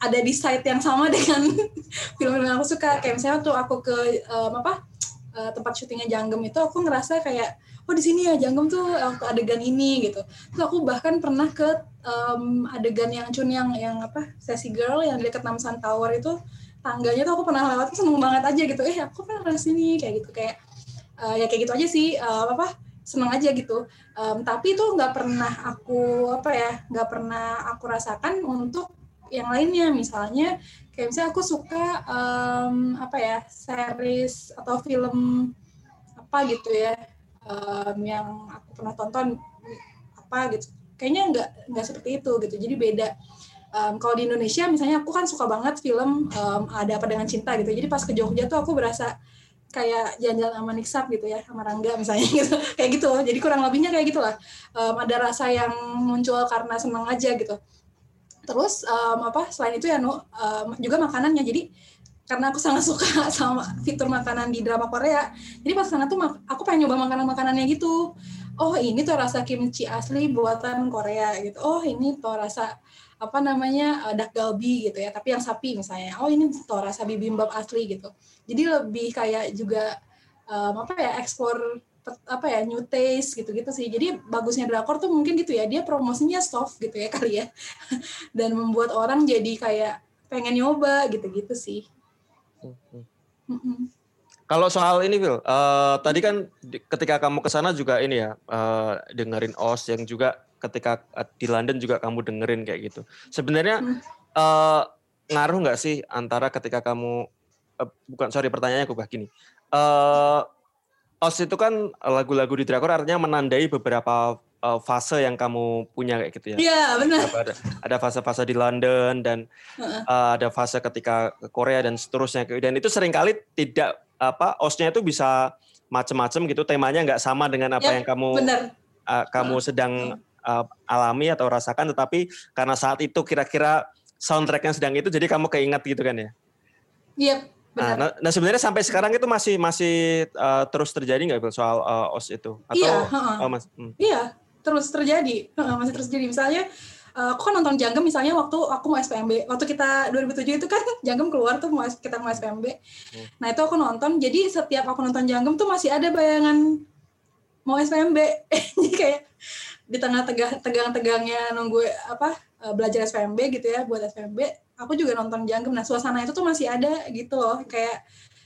ada di site yang sama dengan film-film yang aku suka. Kayak misalnya waktu aku ke um, apa uh, tempat syutingnya Janggem itu, aku ngerasa kayak oh di sini ya Janggem tuh waktu adegan ini gitu. Terus aku bahkan pernah ke um, adegan yang Chun yang yang apa Sassy Girl yang di dekat Namsan Tower itu, tangganya tuh aku pernah lewat, seneng banget aja gitu. Eh aku pernah ke sini kayak gitu, kayak uh, ya kayak gitu aja sih, uh, apa seneng aja gitu. Um, tapi itu nggak pernah aku apa ya nggak pernah aku rasakan untuk yang lainnya. Misalnya kayak misalnya aku suka um, apa ya series atau film apa gitu ya um, yang aku pernah tonton apa gitu, kayaknya nggak nggak seperti itu gitu, jadi beda. Um, kalau di Indonesia misalnya aku kan suka banget film um, Ada Apa Dengan Cinta gitu, jadi pas ke Jogja tuh aku berasa kayak jalan-jalan sama Niksap gitu ya, sama Rangga misalnya gitu, kayak gitu. Jadi kurang lebihnya kayak gitulah. Um, ada rasa yang muncul karena senang aja gitu. Terus um, apa selain itu ya Nu, um, juga makanannya. Jadi karena aku sangat suka sama fitur makanan di drama Korea, jadi pas sana tuh aku pengen nyoba makanan-makanannya gitu. Oh ini tuh rasa kimchi asli buatan Korea gitu. Oh ini tuh rasa apa namanya dak galbi gitu ya, tapi yang sapi misalnya. Oh ini tuh rasa bibimbap asli gitu. Jadi lebih kayak juga um, apa ya explore apa ya new taste gitu-gitu sih. Jadi bagusnya drakor tuh mungkin gitu ya, dia promosinya soft gitu ya kali ya, dan membuat orang jadi kayak pengen nyoba gitu-gitu sih. Mm-hmm. Kalau soal ini Phil, uh, tadi kan di, ketika kamu ke sana juga ini ya uh, dengerin O S yang juga ketika uh, di London juga kamu dengerin kayak gitu. Sebenarnya hmm. uh, ngaruh nggak sih antara ketika kamu uh, bukan sorry pertanyaannya aku begini. Uh, O S itu kan lagu-lagu di drakor artinya menandai beberapa uh, fase yang kamu punya kayak gitu ya. Iya benar. Ada, ada fase-fase di London dan uh-uh. uh, ada fase ketika ke Korea dan seterusnya. Dan itu seringkali tidak apa O S-nya itu bisa macam-macam gitu. Temanya nggak sama dengan apa yep, yang kamu uh, kamu uh, sedang uh, alami atau rasakan. Tetapi karena saat itu kira-kira soundtrack-nya sedang itu, jadi kamu keingat gitu kan ya? Iya. Yep. Nah, nah sebenarnya sampai sekarang itu masih masih uh, terus terjadi nggak soal uh, O S itu? Atau, iya, uh, oh, mas, hmm. iya terus terjadi, uh, masih terus terjadi. Misalnya, uh, aku kan nonton Janggem misalnya waktu aku mau S P M B, waktu kita dua ribu tujuh itu kan Janggem keluar tuh mau kita mau S P M B. Hmm. Nah itu aku nonton, jadi setiap aku nonton Janggem tuh masih ada bayangan mau S P M B, jadi kayak di tengah tegang-tegangnya nunggu apa uh, belajar S P M B gitu ya buat S P M B. Aku juga nonton Janggem, nah suasana itu tuh masih ada gitu loh, kayak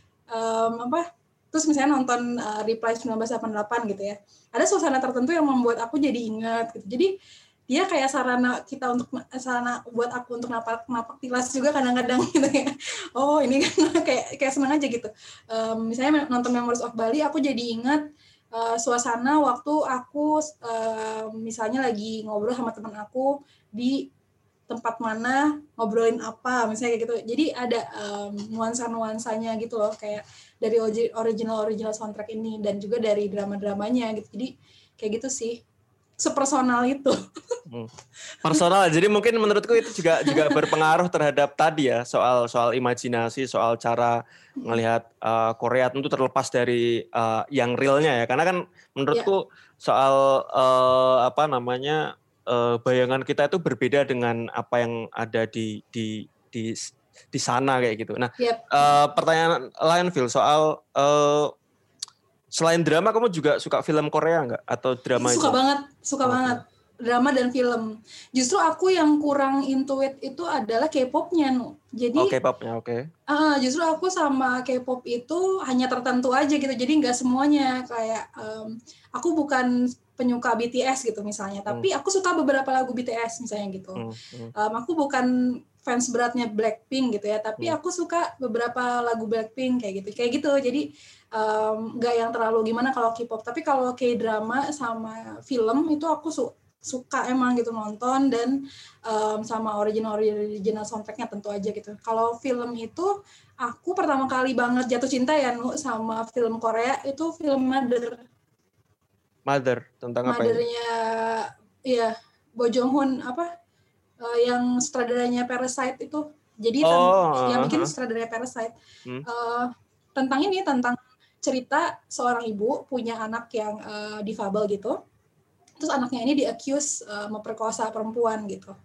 um, apa, terus misalnya nonton uh, Reply seribu sembilan ratus delapan puluh delapan gitu ya, ada suasana tertentu yang membuat aku jadi ingat gitu, jadi dia kayak sarana kita untuk, sarana buat aku untuk napak, napak tilas juga kadang-kadang gitu ya, oh ini kan kayak, kayak senang aja gitu, um, misalnya nonton Memories of Bali, aku jadi ingat uh, suasana waktu aku uh, misalnya lagi ngobrol sama teman aku di tempat mana, ngobrolin apa, misalnya kayak gitu. Jadi ada um, nuansa-nuansanya gitu loh, kayak dari original-original soundtrack ini, dan juga dari drama-dramanya gitu. Jadi kayak gitu sih, sepersonal itu. Hmm. Personal, jadi mungkin menurutku itu juga juga berpengaruh terhadap tadi ya, soal soal imajinasi, soal cara melihat uh, Korea, tentu terlepas dari uh, yang realnya ya. Karena kan menurutku yeah. soal uh, apa namanya, Uh, bayangan kita itu berbeda dengan apa yang ada di di di di sana kayak gitu. Nah, yep. uh, pertanyaan lain Phil soal uh, selain drama, kamu juga suka film Korea nggak atau drama suka itu? banget, suka okay. banget drama dan film. Justru aku yang kurang into it itu adalah K-popnya, Nu. Jadi oh, K-popnya, oke. Okay. Uh, justru aku sama K-pop itu hanya tertentu aja gitu. Jadi nggak semuanya, kayak um, aku bukan penyuka B T S gitu misalnya, tapi hmm. aku suka beberapa lagu B T S misalnya gitu. Hmm. Hmm. Um, aku bukan fans beratnya Blackpink gitu ya, tapi hmm. aku suka beberapa lagu Blackpink kayak gitu, kayak gitu. Jadi nggak um, yang terlalu gimana kalau K-pop, tapi kalau K-drama sama film itu aku su- suka emang gitu nonton, dan um, sama original original soundtracknya tentu aja gitu. Kalau film itu aku pertama kali banget jatuh cinta ya Nu sama film Korea itu film Mother. Mother tentang apa? Mother-nya iya Bo Jong Hoon apa uh, yang sutradaranya Parasite itu. Jadi oh, ten- yang uh, bikin uh. sutradaranya Parasite hmm. uh, tentang ini, tentang cerita seorang ibu punya anak yang uh, difabel gitu. Terus anaknya ini di-accuse uh, memperkosa perempuan gitu.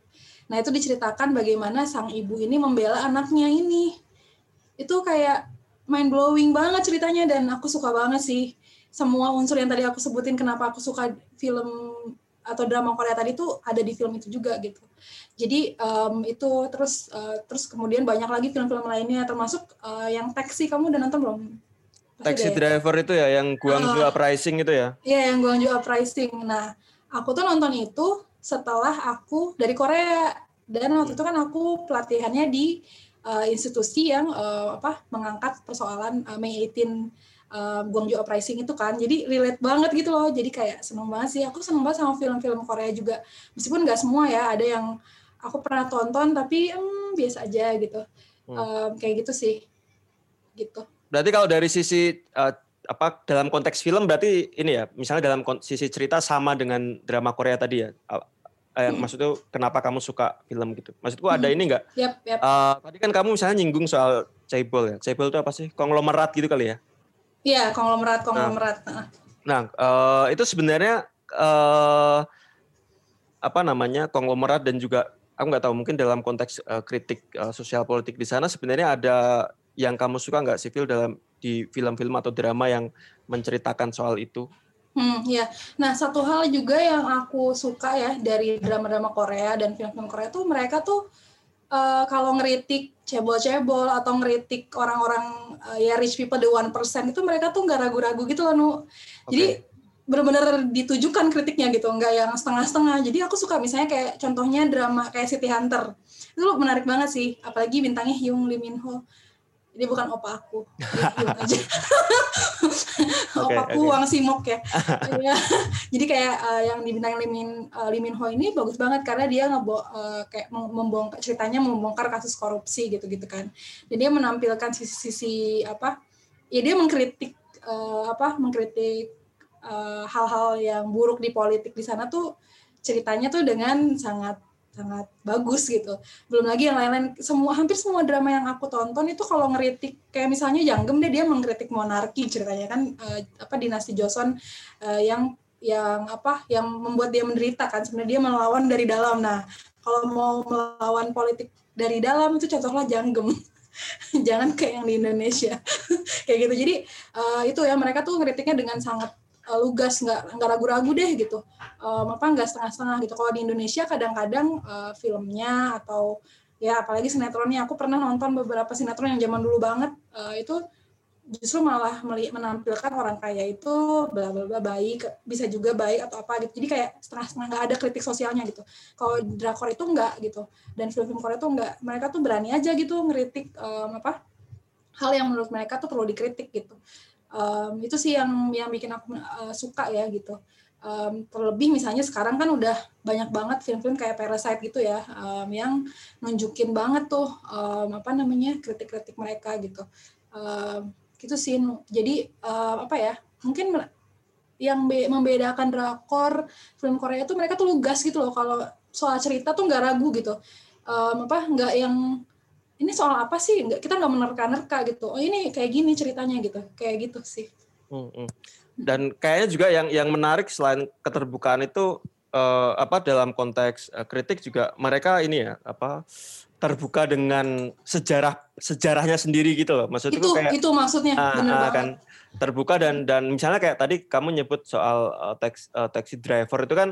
Nah itu diceritakan bagaimana sang ibu ini membela anaknya ini. Itu kayak mind blowing banget ceritanya dan aku suka banget sih. Semua unsur yang tadi aku sebutin kenapa aku suka film atau drama Korea tadi tuh ada di film itu juga gitu. Jadi um, itu terus uh, terus kemudian banyak lagi film-film lainnya termasuk uh, yang Taxi. Kamu udah nonton belum? Taxi Driver itu ya yang Gwangju uh, Uprising itu ya? Iya yang Gwangju Uprising. Nah aku tuh nonton itu setelah aku dari Korea dan waktu itu kan aku pelatihannya di uh, institusi yang uh, apa mengangkat persoalan uh, May eighteenth uh, Gwangju Uprising itu kan, jadi relate banget gitu loh, jadi kayak seneng banget sih, aku seneng banget sama film-film Korea juga, meskipun nggak semua ya, ada yang aku pernah tonton tapi hmm, biasa aja gitu, hmm. um, kayak gitu sih, gitu. Berarti kalau dari sisi uh, apa dalam konteks film berarti ini ya, misalnya dalam sisi cerita sama dengan drama Korea tadi ya. Eh, hmm. Maksudnya kenapa kamu suka film gitu? Maksudku ada hmm. ini nggak? Yep, yep. Uh, tadi kan kamu misalnya nyinggung soal chaebol ya. Chaebol itu apa sih? Konglomerat gitu kali ya? Iya, konglomerat, konglomerat. Nah, nah uh, itu sebenarnya uh, apa namanya konglomerat dan juga aku nggak tahu mungkin dalam konteks uh, kritik uh, sosial politik di sana sebenarnya ada yang kamu suka nggak sih Phil dalam di film-film atau drama yang menceritakan soal itu? Hmm, ya. Nah, satu hal juga yang aku suka ya dari drama-drama Korea dan film-film Korea tuh mereka tuh uh, kalau ngeritik cebol-cebol atau ngeritik orang-orang uh, ya rich people the one percent itu mereka tuh nggak ragu-ragu gitu loh, Nu. Okay. Jadi benar-benar ditujukan kritiknya gitu, nggak yang setengah-setengah. Jadi aku suka misalnya kayak contohnya drama kayak City Hunter. Itu menarik banget sih, apalagi bintangnya Hyung Lee Min Ho. Ini bukan opa aku, Hyung aja. Opaku okay, okay. Wang Simok ya. Jadi kayak uh, yang dibintangin Lee Min, uh, Lee Min Ho ini bagus banget karena dia ngebo uh, kayak membongkar ceritanya membongkar kasus korupsi gitu-gitu kan. Dan dia menampilkan sisi-sisi apa? Ya dia mengkritik uh, apa? Mengkritik uh, hal-hal yang buruk di politik di sana tuh ceritanya tuh dengan sangat sangat bagus gitu. Belum lagi yang lain-lain, semua hampir semua drama yang aku tonton itu kalau ngeritik kayak misalnya Janggem deh, dia mengkritik monarki ceritanya kan, uh, apa dinasti Joseon uh, yang yang apa yang membuat dia menderita kan, sebenarnya dia melawan dari dalam. Nah kalau mau melawan politik dari dalam itu contohnya Janggem. Jangan kayak yang di Indonesia kayak gitu. Jadi uh, itu ya mereka tuh ngeritiknya dengan sangat lugas, nggak nggak ragu-ragu deh gitu, um, apa nggak setengah-setengah gitu. Kalau di Indonesia kadang-kadang uh, filmnya atau ya apalagi sinetronnya, aku pernah nonton beberapa sinetron yang zaman dulu banget, uh, itu justru malah menampilkan orang kaya itu bla bla bla baik, bisa juga baik atau apa gitu. Jadi kayak setengah-setengah, nggak ada kritik sosialnya gitu. Kalau drakor itu nggak gitu, dan film-film Korea itu nggak, mereka tuh berani aja gitu ngeritik um, apa hal yang menurut mereka tuh perlu dikritik gitu. Um, itu sih yang yang bikin aku uh, suka ya gitu. Um, terlebih misalnya sekarang kan udah banyak banget film-film kayak Parasite gitu ya, um, yang nunjukin banget tuh um, apa namanya kritik-kritik mereka gitu. Um, gitu sih. Jadi um, apa ya? Mungkin yang be- membedakan drakor film Korea itu mereka tuh lugas gitu loh. Kalau soal cerita tuh nggak ragu gitu. Um, apa nggak yang ini soal apa sih? Nggak, kita nggak menerka-nerka gitu. Oh ini kayak gini ceritanya gitu, kayak gitu sih. Hmm, hmm. Dan kayaknya juga yang yang menarik selain keterbukaan itu uh, apa dalam konteks uh, kritik juga mereka ini ya apa terbuka dengan sejarah sejarahnya sendiri gitu loh. Maksudnya itu kayak itu maksudnya uh, benar uh, banget. Kan terbuka dan dan misalnya kayak tadi kamu nyebut soal uh, tax, uh, Taxi Driver itu kan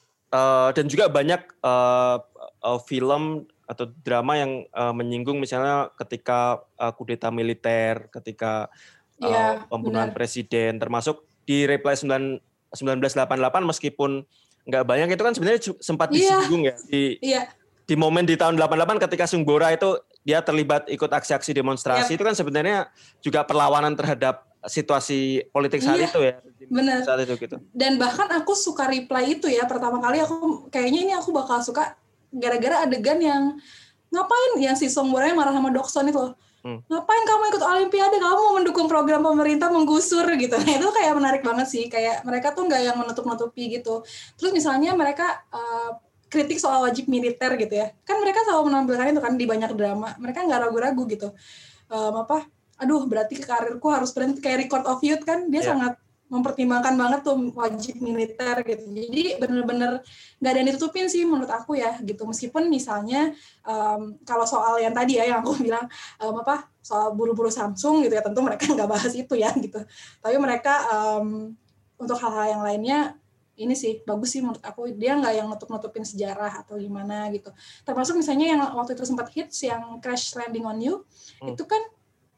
uh, dan juga banyak uh, uh, film atau drama yang uh, menyinggung misalnya ketika uh, kudeta militer, ketika uh, ya, pembunuhan benar. Presiden, termasuk di Reply sembilan belas delapan puluh delapan meskipun nggak banyak itu kan sebenarnya sempat disinggung ya, ya di ya. di momen di tahun delapan puluh delapan ketika Sungbora itu dia terlibat ikut aksi-aksi demonstrasi, ya. Itu kan sebenarnya juga perlawanan terhadap situasi politik saat ya, itu ya. Benar. Saat itu gitu. Dan bahkan aku suka Reply itu ya, pertama kali aku kayaknya ini aku bakal suka gara-gara adegan yang ngapain yang si Songbora yang marah sama Dokson itu loh. Hmm. Ngapain kamu ikut Olimpiade, kamu mau mendukung program pemerintah menggusur gitu. Nah itu kayak menarik banget sih, kayak mereka tuh nggak yang menutup-nutupi gitu. Terus misalnya mereka uh, kritik soal wajib militer gitu ya, kan mereka selalu menampilkan itu kan di banyak drama, mereka nggak ragu-ragu gitu. Um, apa aduh berarti karirku harus berhenti, kayak Record of Youth kan dia yeah. sangat mempertimbangkan banget tuh wajib militer gitu. Jadi benar-benar nggak ada yang ditutupin sih menurut aku ya gitu. Meskipun misalnya um, kalau soal yang tadi ya yang aku bilang um, apa soal buru-buru Samsung gitu ya, tentu mereka nggak bahas itu ya gitu. Tapi mereka um, untuk hal-hal yang lainnya ini sih bagus sih menurut aku, dia nggak yang nutup-nutupin sejarah atau gimana gitu. Termasuk misalnya yang waktu itu sempat hits yang Crash Landing on You, hmm. itu kan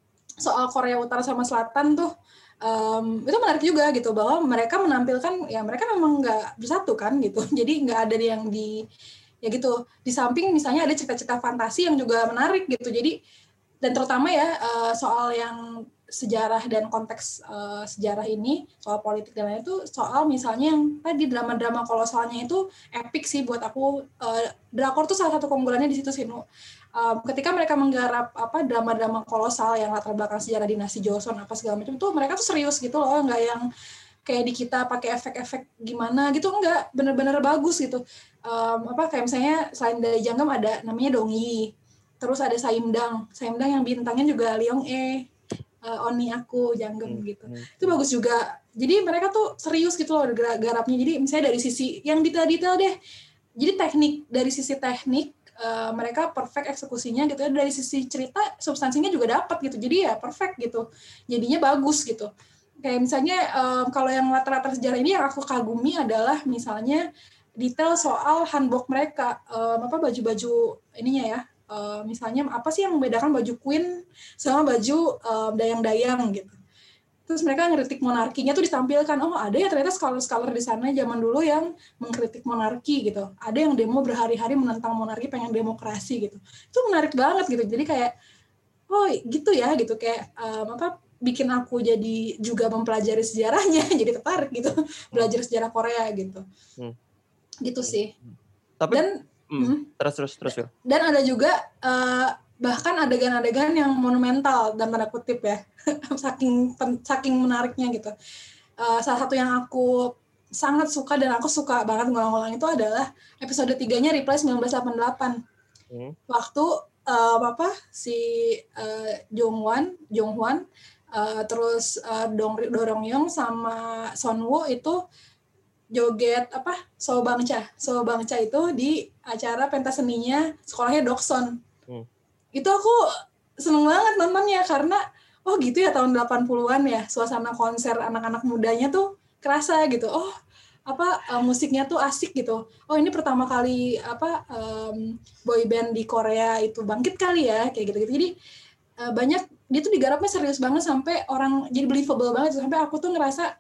soal Korea Utara sama Selatan tuh. Um, itu menarik juga gitu bahwa mereka menampilkan ya mereka memang nggak bersatu kan gitu, jadi nggak ada yang di ya gitu di samping misalnya ada cerita-cerita fantasi yang juga menarik gitu. Jadi dan terutama ya uh, soal yang sejarah dan konteks uh, sejarah ini soal politik dan lain itu soal misalnya yang tadi drama-drama kolosalnya itu epic sih buat aku. uh, Drakor tuh salah satu keunggulannya di situ sih Nu. Um, ketika mereka menggarap apa drama-drama kolosal yang latar belakang sejarah dinasti Joseon apa segala macam tuh mereka tuh serius gitu loh, nggak yang kayak di kita pakai efek-efek gimana gitu, enggak, bener-bener bagus gitu. Um, apa kayak misalnya selain dari Janggam ada namanya Dongyi, terus ada Saimdang, Saimdang yang bintangnya juga Leong E, uh, Oni Aku, Janggam gitu. Hmm. Itu bagus juga. Jadi mereka tuh serius gitu loh garapnya. Jadi misalnya dari sisi yang detail-detail deh. Jadi teknik dari sisi teknik Uh, mereka perfect eksekusinya gitu ya, dari sisi cerita substansinya juga dapat gitu, jadi ya perfect gitu, jadinya bagus gitu. Kayak misalnya um, kalau yang latar-latar sejarah ini yang aku kagumi adalah misalnya detail soal hanbok mereka, um, apa baju-baju ininya ya, uh, misalnya apa sih yang membedakan baju Queen sama baju um, dayang-dayang gitu. Terus mereka ngeritik monarkinya tuh ditampilkan, oh ada ya ternyata scholar-scholar di sana zaman dulu yang mengkritik monarki gitu. Ada yang demo berhari-hari menentang monarki, pengen demokrasi gitu. Itu menarik banget gitu. Jadi kayak, oh gitu ya gitu, kayak um, apa bikin aku jadi juga mempelajari sejarahnya, jadi tertarik gitu, belajar sejarah Korea gitu. Hmm. Gitu sih. Tapi dan hmm, hmm, terus terus terus. Dan ada juga uh, bahkan adegan-adegan yang monumental dan tanda kutip ya, saking saking menariknya gitu. Uh, salah satu yang aku sangat suka dan aku suka banget ngulang-ngulang itu adalah episode tiganya Reply sembilan belas delapan puluh delapan. Hmm. Waktu uh, apa si uh, Jongwan, Jonghwan, uh, terus uh, Dong Do Rong-yeong sama Sonwoo itu joget apa So Bangcha. So Bangcha itu di acara pentas seninya sekolahnya Dokson. Hmm. Itu aku seneng banget nontonnya karena oh gitu ya tahun delapan puluhan ya, suasana konser anak-anak mudanya tuh kerasa gitu. Oh apa uh, musiknya tuh asik gitu. Oh ini pertama kali apa um, boy band di Korea itu bangkit kali ya kayak gitu-gitu. Jadi uh, banyak dia tuh digarapnya serius banget sampai orang jadi believable banget, sampai aku tuh ngerasa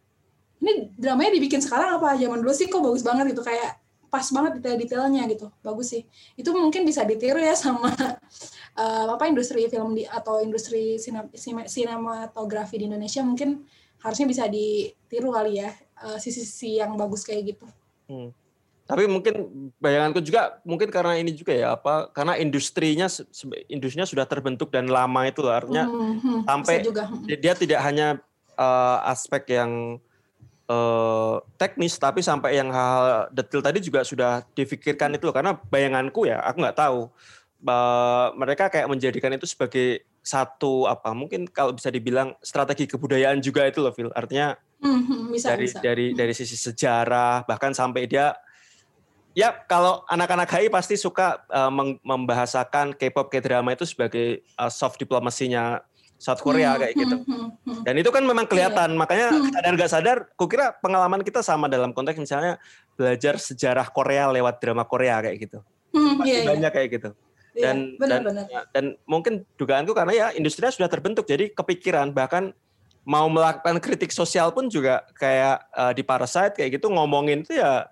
ini dramanya dibikin sekarang apa zaman dulu sih kok bagus banget gitu, kayak pas banget detail-detailnya gitu, bagus sih. Itu mungkin bisa ditiru ya sama uh, apa industri film di atau industri sinem, sinematografi di Indonesia, mungkin harusnya bisa ditiru kali ya uh, sisi-sisi yang bagus kayak gitu. Hmm. Tapi mungkin bayanganku juga mungkin karena ini juga ya apa karena industrinya industrinya sudah terbentuk dan lama itu artinya hmm, hmm, sampai juga. Dia tidak hanya uh, aspek yang Uh, teknis tapi sampai yang hal detail tadi juga sudah difikirkan itu loh. Karena bayanganku ya aku nggak tahu uh, mereka kayak menjadikan itu sebagai satu apa mungkin kalau bisa dibilang strategi kebudayaan juga itu loh Phil, artinya hmm, bisa, dari bisa. dari dari sisi sejarah bahkan sampai dia ya kalau anak-anak H I pasti suka uh, membahasakan K-pop K-drama itu sebagai uh, soft diplomasinya South Korea hmm, kayak gitu. Hmm, hmm, dan itu kan memang kelihatan, iya. Makanya hmm. sadar nggak sadar, kukira pengalaman kita sama dalam konteks misalnya belajar sejarah Korea lewat drama Korea kayak gitu. Hmm, pasti iya, banyak iya. kayak gitu. Dan iya, benar, dan benar. Ya, dan mungkin dugaanku karena ya industrinya sudah terbentuk, jadi kepikiran bahkan mau melakukan kritik sosial pun juga kayak uh, di Parasite kayak gitu ngomongin itu ya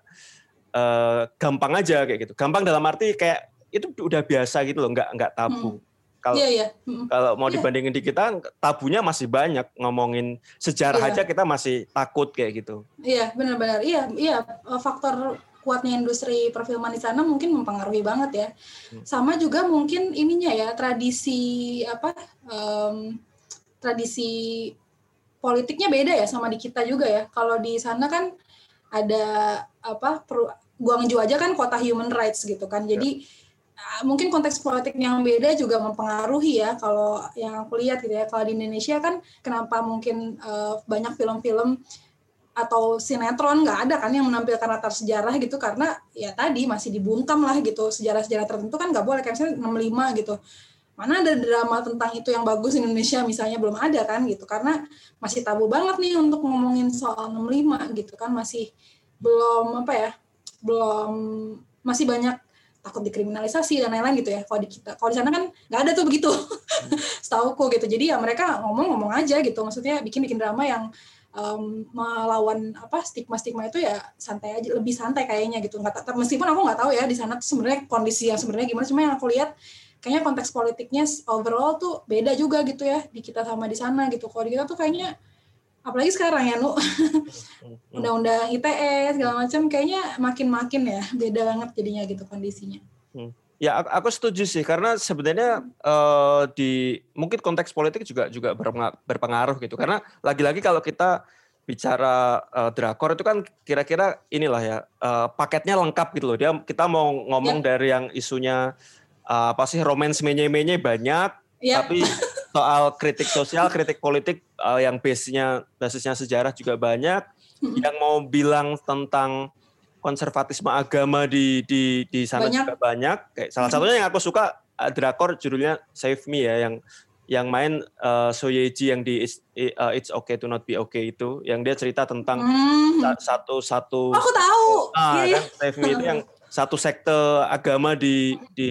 uh, gampang aja kayak gitu. Gampang dalam arti kayak itu udah biasa gitu loh, nggak nggak tabu. Hmm. Kalau yeah, yeah. mm-hmm. kalau mau dibandingin yeah. di kita tabunya masih banyak, ngomongin sejarah yeah. aja kita masih takut kayak gitu. Iya, benar-benar. Iya, iya faktor kuatnya industri perfilman di sana mungkin mempengaruhi banget ya. Hmm. Sama juga mungkin ininya ya, tradisi apa um, tradisi politiknya beda ya sama di kita juga ya. Kalau di sana kan ada apa per, Guangzhou aja kan kota human rights gitu kan. Jadi yeah. mungkin konteks politik yang beda juga mempengaruhi ya kalau yang aku lihat gitu ya. Kalau di Indonesia kan kenapa mungkin uh, banyak film-film atau sinetron nggak ada kan yang menampilkan latar sejarah gitu, karena ya tadi masih dibungkam lah gitu, sejarah-sejarah tertentu kan nggak boleh, kayak misalnya enam puluh lima gitu. Mana ada drama tentang itu yang bagus di Indonesia misalnya, belum ada kan gitu, karena masih tabu banget nih untuk ngomongin soal enam puluh lima gitu kan, masih belum apa ya, belum masih banyak takut dikriminalisasi dan lain-lain gitu ya. Kalau di kita, kalau di sana kan nggak ada tuh begitu, setauku gitu. Jadi ya mereka ngomong-ngomong aja gitu, maksudnya bikin-bikin drama yang um, melawan apa stigma-stigma itu ya santai aja, lebih santai kayaknya gitu. Nggak, meskipun aku nggak tahu ya di sana tuh sebenarnya kondisi yang sebenarnya gimana, cuma yang aku lihat kayaknya konteks politiknya overall tuh beda juga gitu ya di kita sama di sana gitu. Kalau di kita tuh kayaknya apalagi sekarang ya Nu, undang-undang I T E segala macam kayaknya makin-makin ya beda banget jadinya gitu kondisinya. Hmm. Ya aku setuju sih, karena sebenarnya uh, di mungkin konteks politik juga juga berpengaruh gitu, karena lagi-lagi kalau kita bicara uh, drakor itu kan kira-kira inilah ya uh, paketnya lengkap gitu loh. Dia kita mau ngomong yep. dari yang isunya uh, apa sih romance menye-menye banyak, yep. tapi soal kritik sosial, kritik politik uh, yang base-nya basisnya sejarah juga banyak. Mm-hmm. Yang mau bilang tentang konservatisme agama di di di sana banyak. juga banyak. Kayak salah satunya yang aku suka uh, drakor judulnya Save Me ya, yang yang main uh, So Ye Ji yang di It's, uh, It's Okay to Not Be Okay itu, yang dia cerita tentang mm-hmm. satu satu. Aku tahu. Ah yeah. kan Save Me itu yang satu sekte agama di di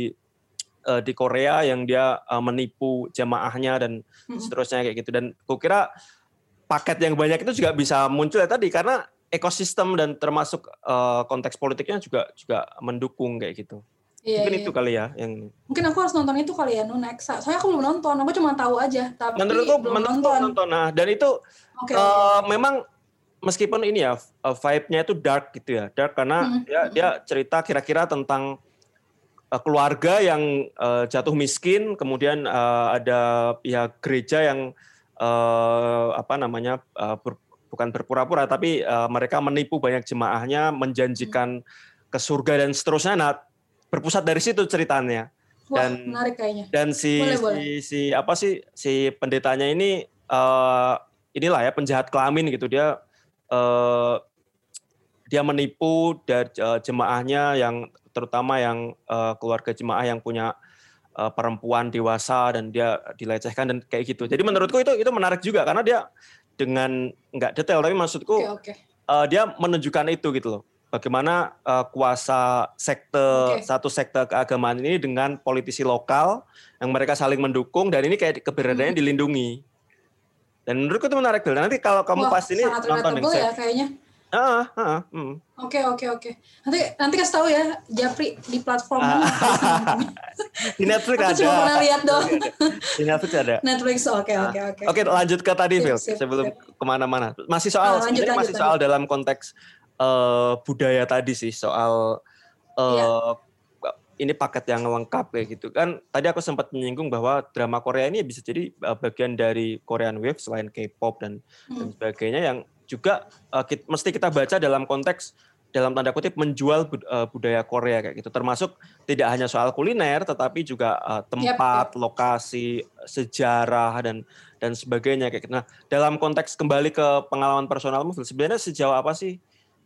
uh, di Korea yang dia uh, menipu jamaahnya dan mm-hmm. seterusnya kayak gitu. Dan kukira paket yang banyak itu juga bisa muncul ya tadi karena ekosistem dan termasuk uh, konteks politiknya juga juga mendukung kayak gitu. Iya, mungkin iya. itu kali ya yang mungkin aku harus nonton itu kali ya, Next. Soalnya aku belum nonton, aku cuma tahu aja tapi menurutku belum menurutku nonton. nonton. Nah, dan itu okay, uh, okay. memang meskipun ini ya vibe-nya itu dark gitu ya. Dark karena hmm. dia dia cerita kira-kira tentang uh, keluarga yang uh, jatuh miskin, kemudian uh, ada pihak gereja yang uh, apa namanya uh, ber, bukan berpura-pura tapi uh, mereka menipu banyak jemaahnya, menjanjikan hmm. ke surga dan seterusnya. Nah, berpusat dari situ ceritanya. Wah, Dan menarik kayaknya. Dan si boleh, si, boleh. si apa sih si pendetanya ini uh, inilah ya penjahat kelamin gitu, dia uh, dia menipu dari uh, jemaahnya yang terutama yang uh, keluarga jemaah yang punya uh, perempuan dewasa dan dia dilecehkan dan kayak gitu. Jadi menurutku itu itu menarik juga karena dia dengan nggak detail tapi maksudku okay, okay. Uh, dia menunjukkan itu gitu loh. Bagaimana uh, kuasa sekte okay. satu sekte keagamaan ini dengan politisi lokal yang mereka saling mendukung dan ini kayak keberadaannya hmm. dilindungi. Dan menurutku itu menarik. Nanti kalau kamu Wah, pas ini nonton yang ya kayaknya. Ah, ah, hmm. Oke oke oke. Nanti nanti kasih tahu ya, Japri di platform ah. mana? Di Netflix Aku ada. cuma pernah lihat doang. Di Netflix ada. Netflix oke oke oke. Oke lanjut ke tadi Phil sebelum sip. kemana-mana. Masih soal ah, lanjut, lanjut, masih lanjut. soal dalam konteks Uh, budaya tadi sih soal uh, ya. ini paket yang lengkap kayak gitu kan. Tadi aku sempat menyinggung bahwa drama Korea ini bisa jadi uh, bagian dari Korean Wave selain K-pop dan, hmm. dan sebagainya yang juga uh, kita, mesti kita baca dalam konteks dalam tanda kutip menjual bud, uh, budaya Korea kayak gitu. Termasuk tidak hanya soal kuliner tetapi juga uh, tempat, yep, yep. lokasi, sejarah dan dan sebagainya kayak gitu. Nah, dalam konteks kembali ke pengalaman personalmu sebenarnya sejauh apa sih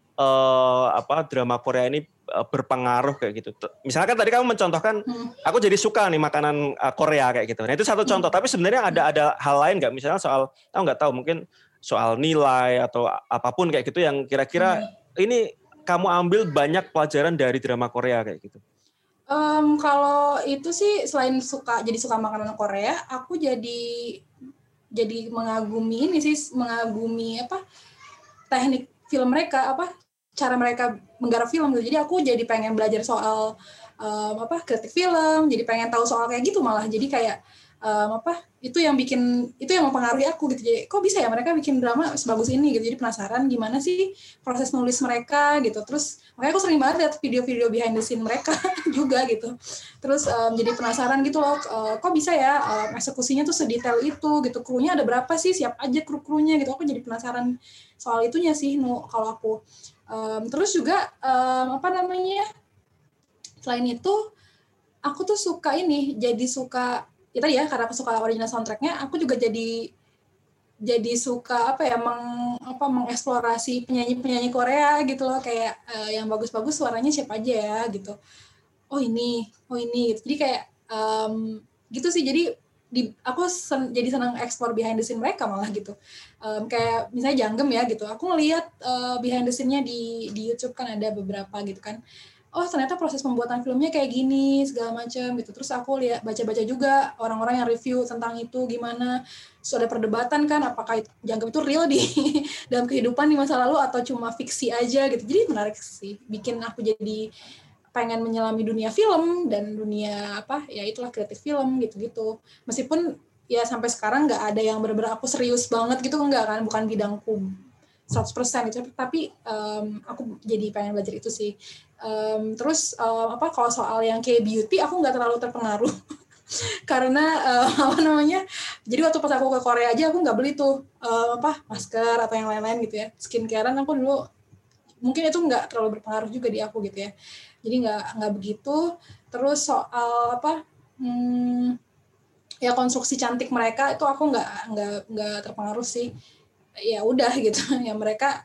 Uh, apa drama Korea ini uh, berpengaruh kayak gitu. Misalkan tadi kamu mencontohkan, hmm. aku jadi suka nih makanan uh, Korea kayak gitu. Nah itu satu contoh. Hmm. Tapi sebenarnya ada ada hal lain nggak? Misalnya soal, tahu nggak tahu mungkin soal nilai atau apapun kayak gitu yang kira-kira hmm. ini kamu ambil banyak pelajaran dari drama Korea kayak gitu. Um, kalau itu sih selain suka jadi suka makanan Korea, aku jadi jadi mengagumi ini sih mengagumi apa teknik film mereka apa cara mereka menggarap film gitu. Jadi aku jadi pengen belajar soal um, apa kritik film, jadi pengen tahu soal kayak gitu malah. Jadi kayak um, apa itu yang bikin itu yang mempengaruhi aku gitu. Jadi kok bisa ya mereka bikin drama sebagus ini gitu. Jadi penasaran gimana sih proses nulis mereka gitu. Terus makanya aku sering banget lihat video-video behind the scene mereka juga gitu. Terus um, jadi penasaran gitu loh, uh, kok bisa ya um, eksekusinya tuh sedetail itu gitu. Krunya ada berapa sih? Siap aja kru-krunya gitu. Aku jadi penasaran soal itunya sih Nu kalau aku. Um, terus juga um, apa namanya? Selain itu aku tuh suka ini, jadi suka ya tadi ya karena aku suka original soundtrack-nya, aku juga jadi jadi suka apa ya meng apa mengeksplorasi penyanyi-penyanyi Korea gitu loh kayak uh, yang bagus-bagus suaranya siapa aja ya gitu. Oh ini, oh ini gitu. Jadi kayak um, gitu sih. Jadi di aku sen, jadi senang explore behind the scene mereka malah gitu. Um, kayak misalnya Janggem ya gitu. Aku ngelihat uh, behind the scene-nya di di YouTube kan ada beberapa gitu kan. Oh ternyata proses pembuatan filmnya kayak gini segala macam gitu. Terus aku lihat baca-baca juga orang-orang yang review tentang itu gimana. Terus ada perdebatan kan apakah Janggem itu real di dalam kehidupan di masa lalu atau cuma fiksi aja gitu. Jadi menarik sih. Bikin aku jadi pengen menyelami dunia film dan dunia apa ya itulah kreatif film gitu-gitu. Meskipun ya sampai sekarang nggak ada yang benar-benar aku serius banget gitu enggak kan, bukan bidangku seratus persen gitu, tapi um, aku jadi pengen belajar itu sih. Um, terus um, apa kalau soal yang kayak beauty aku nggak terlalu terpengaruh karena uh, apa namanya, jadi waktu pas aku ke Korea aja aku nggak beli tuh uh, apa masker atau yang lain-lain gitu ya, skincarean aku dulu mungkin itu nggak terlalu berpengaruh juga di aku gitu ya, jadi nggak nggak begitu. Terus soal apa hmm, ya konstruksi cantik mereka itu aku nggak nggak nggak terpengaruh sih, ya udah gitu ya mereka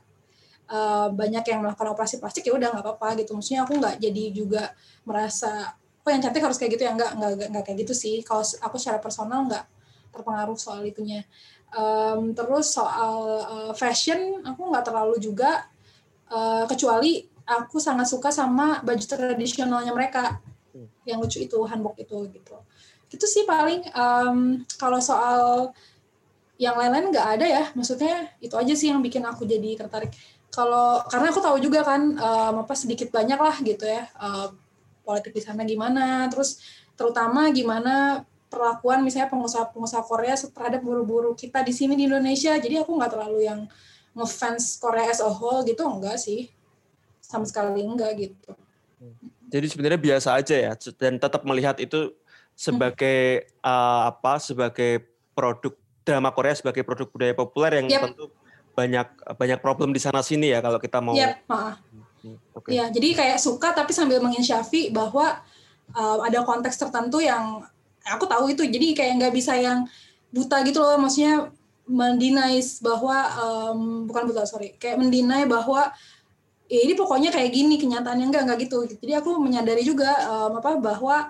uh, banyak yang melakukan operasi plastik ya udah nggak apa-apa gitu, maksudnya aku nggak jadi juga merasa oh yang cantik harus kayak gitu ya, nggak nggak nggak kayak gitu sih. Kalau aku secara personal nggak terpengaruh soal itunya. Um, terus soal uh, fashion aku nggak terlalu juga, uh, kecuali aku sangat suka sama baju tradisionalnya mereka yang lucu itu, hanbok itu gitu. Itu sih paling. Um, kalau soal yang lain-lain nggak ada ya, maksudnya itu aja sih yang bikin aku jadi tertarik. Kalau karena aku tahu juga kan um, apa sedikit banyak lah gitu ya uh, politik di sana gimana, terus terutama gimana perlakuan misalnya pengusaha-pengusaha Korea terhadap buruh-buruh kita di sini di Indonesia. Jadi aku nggak terlalu yang ngefans Korea as a whole gitu, enggak sih, sama sekali enggak gitu. Jadi sebenarnya biasa aja ya, dan tetap melihat itu sebagai hmm. uh, apa sebagai produk drama Korea, sebagai produk budaya populer yang yep. tentu banyak banyak problem di sana sini ya kalau kita mau. Yep. Hmm, okay. Ya, jadi kayak suka tapi sambil menginsyafi bahwa uh, ada konteks tertentu yang aku tahu itu, jadi kayak nggak bisa yang buta gitu loh, maksudnya mendenies bahwa um, bukan buta sorry, kayak mendinai bahwa ya ini pokoknya kayak gini kenyataannya, enggak enggak gitu. Jadi aku menyadari juga um, apa bahwa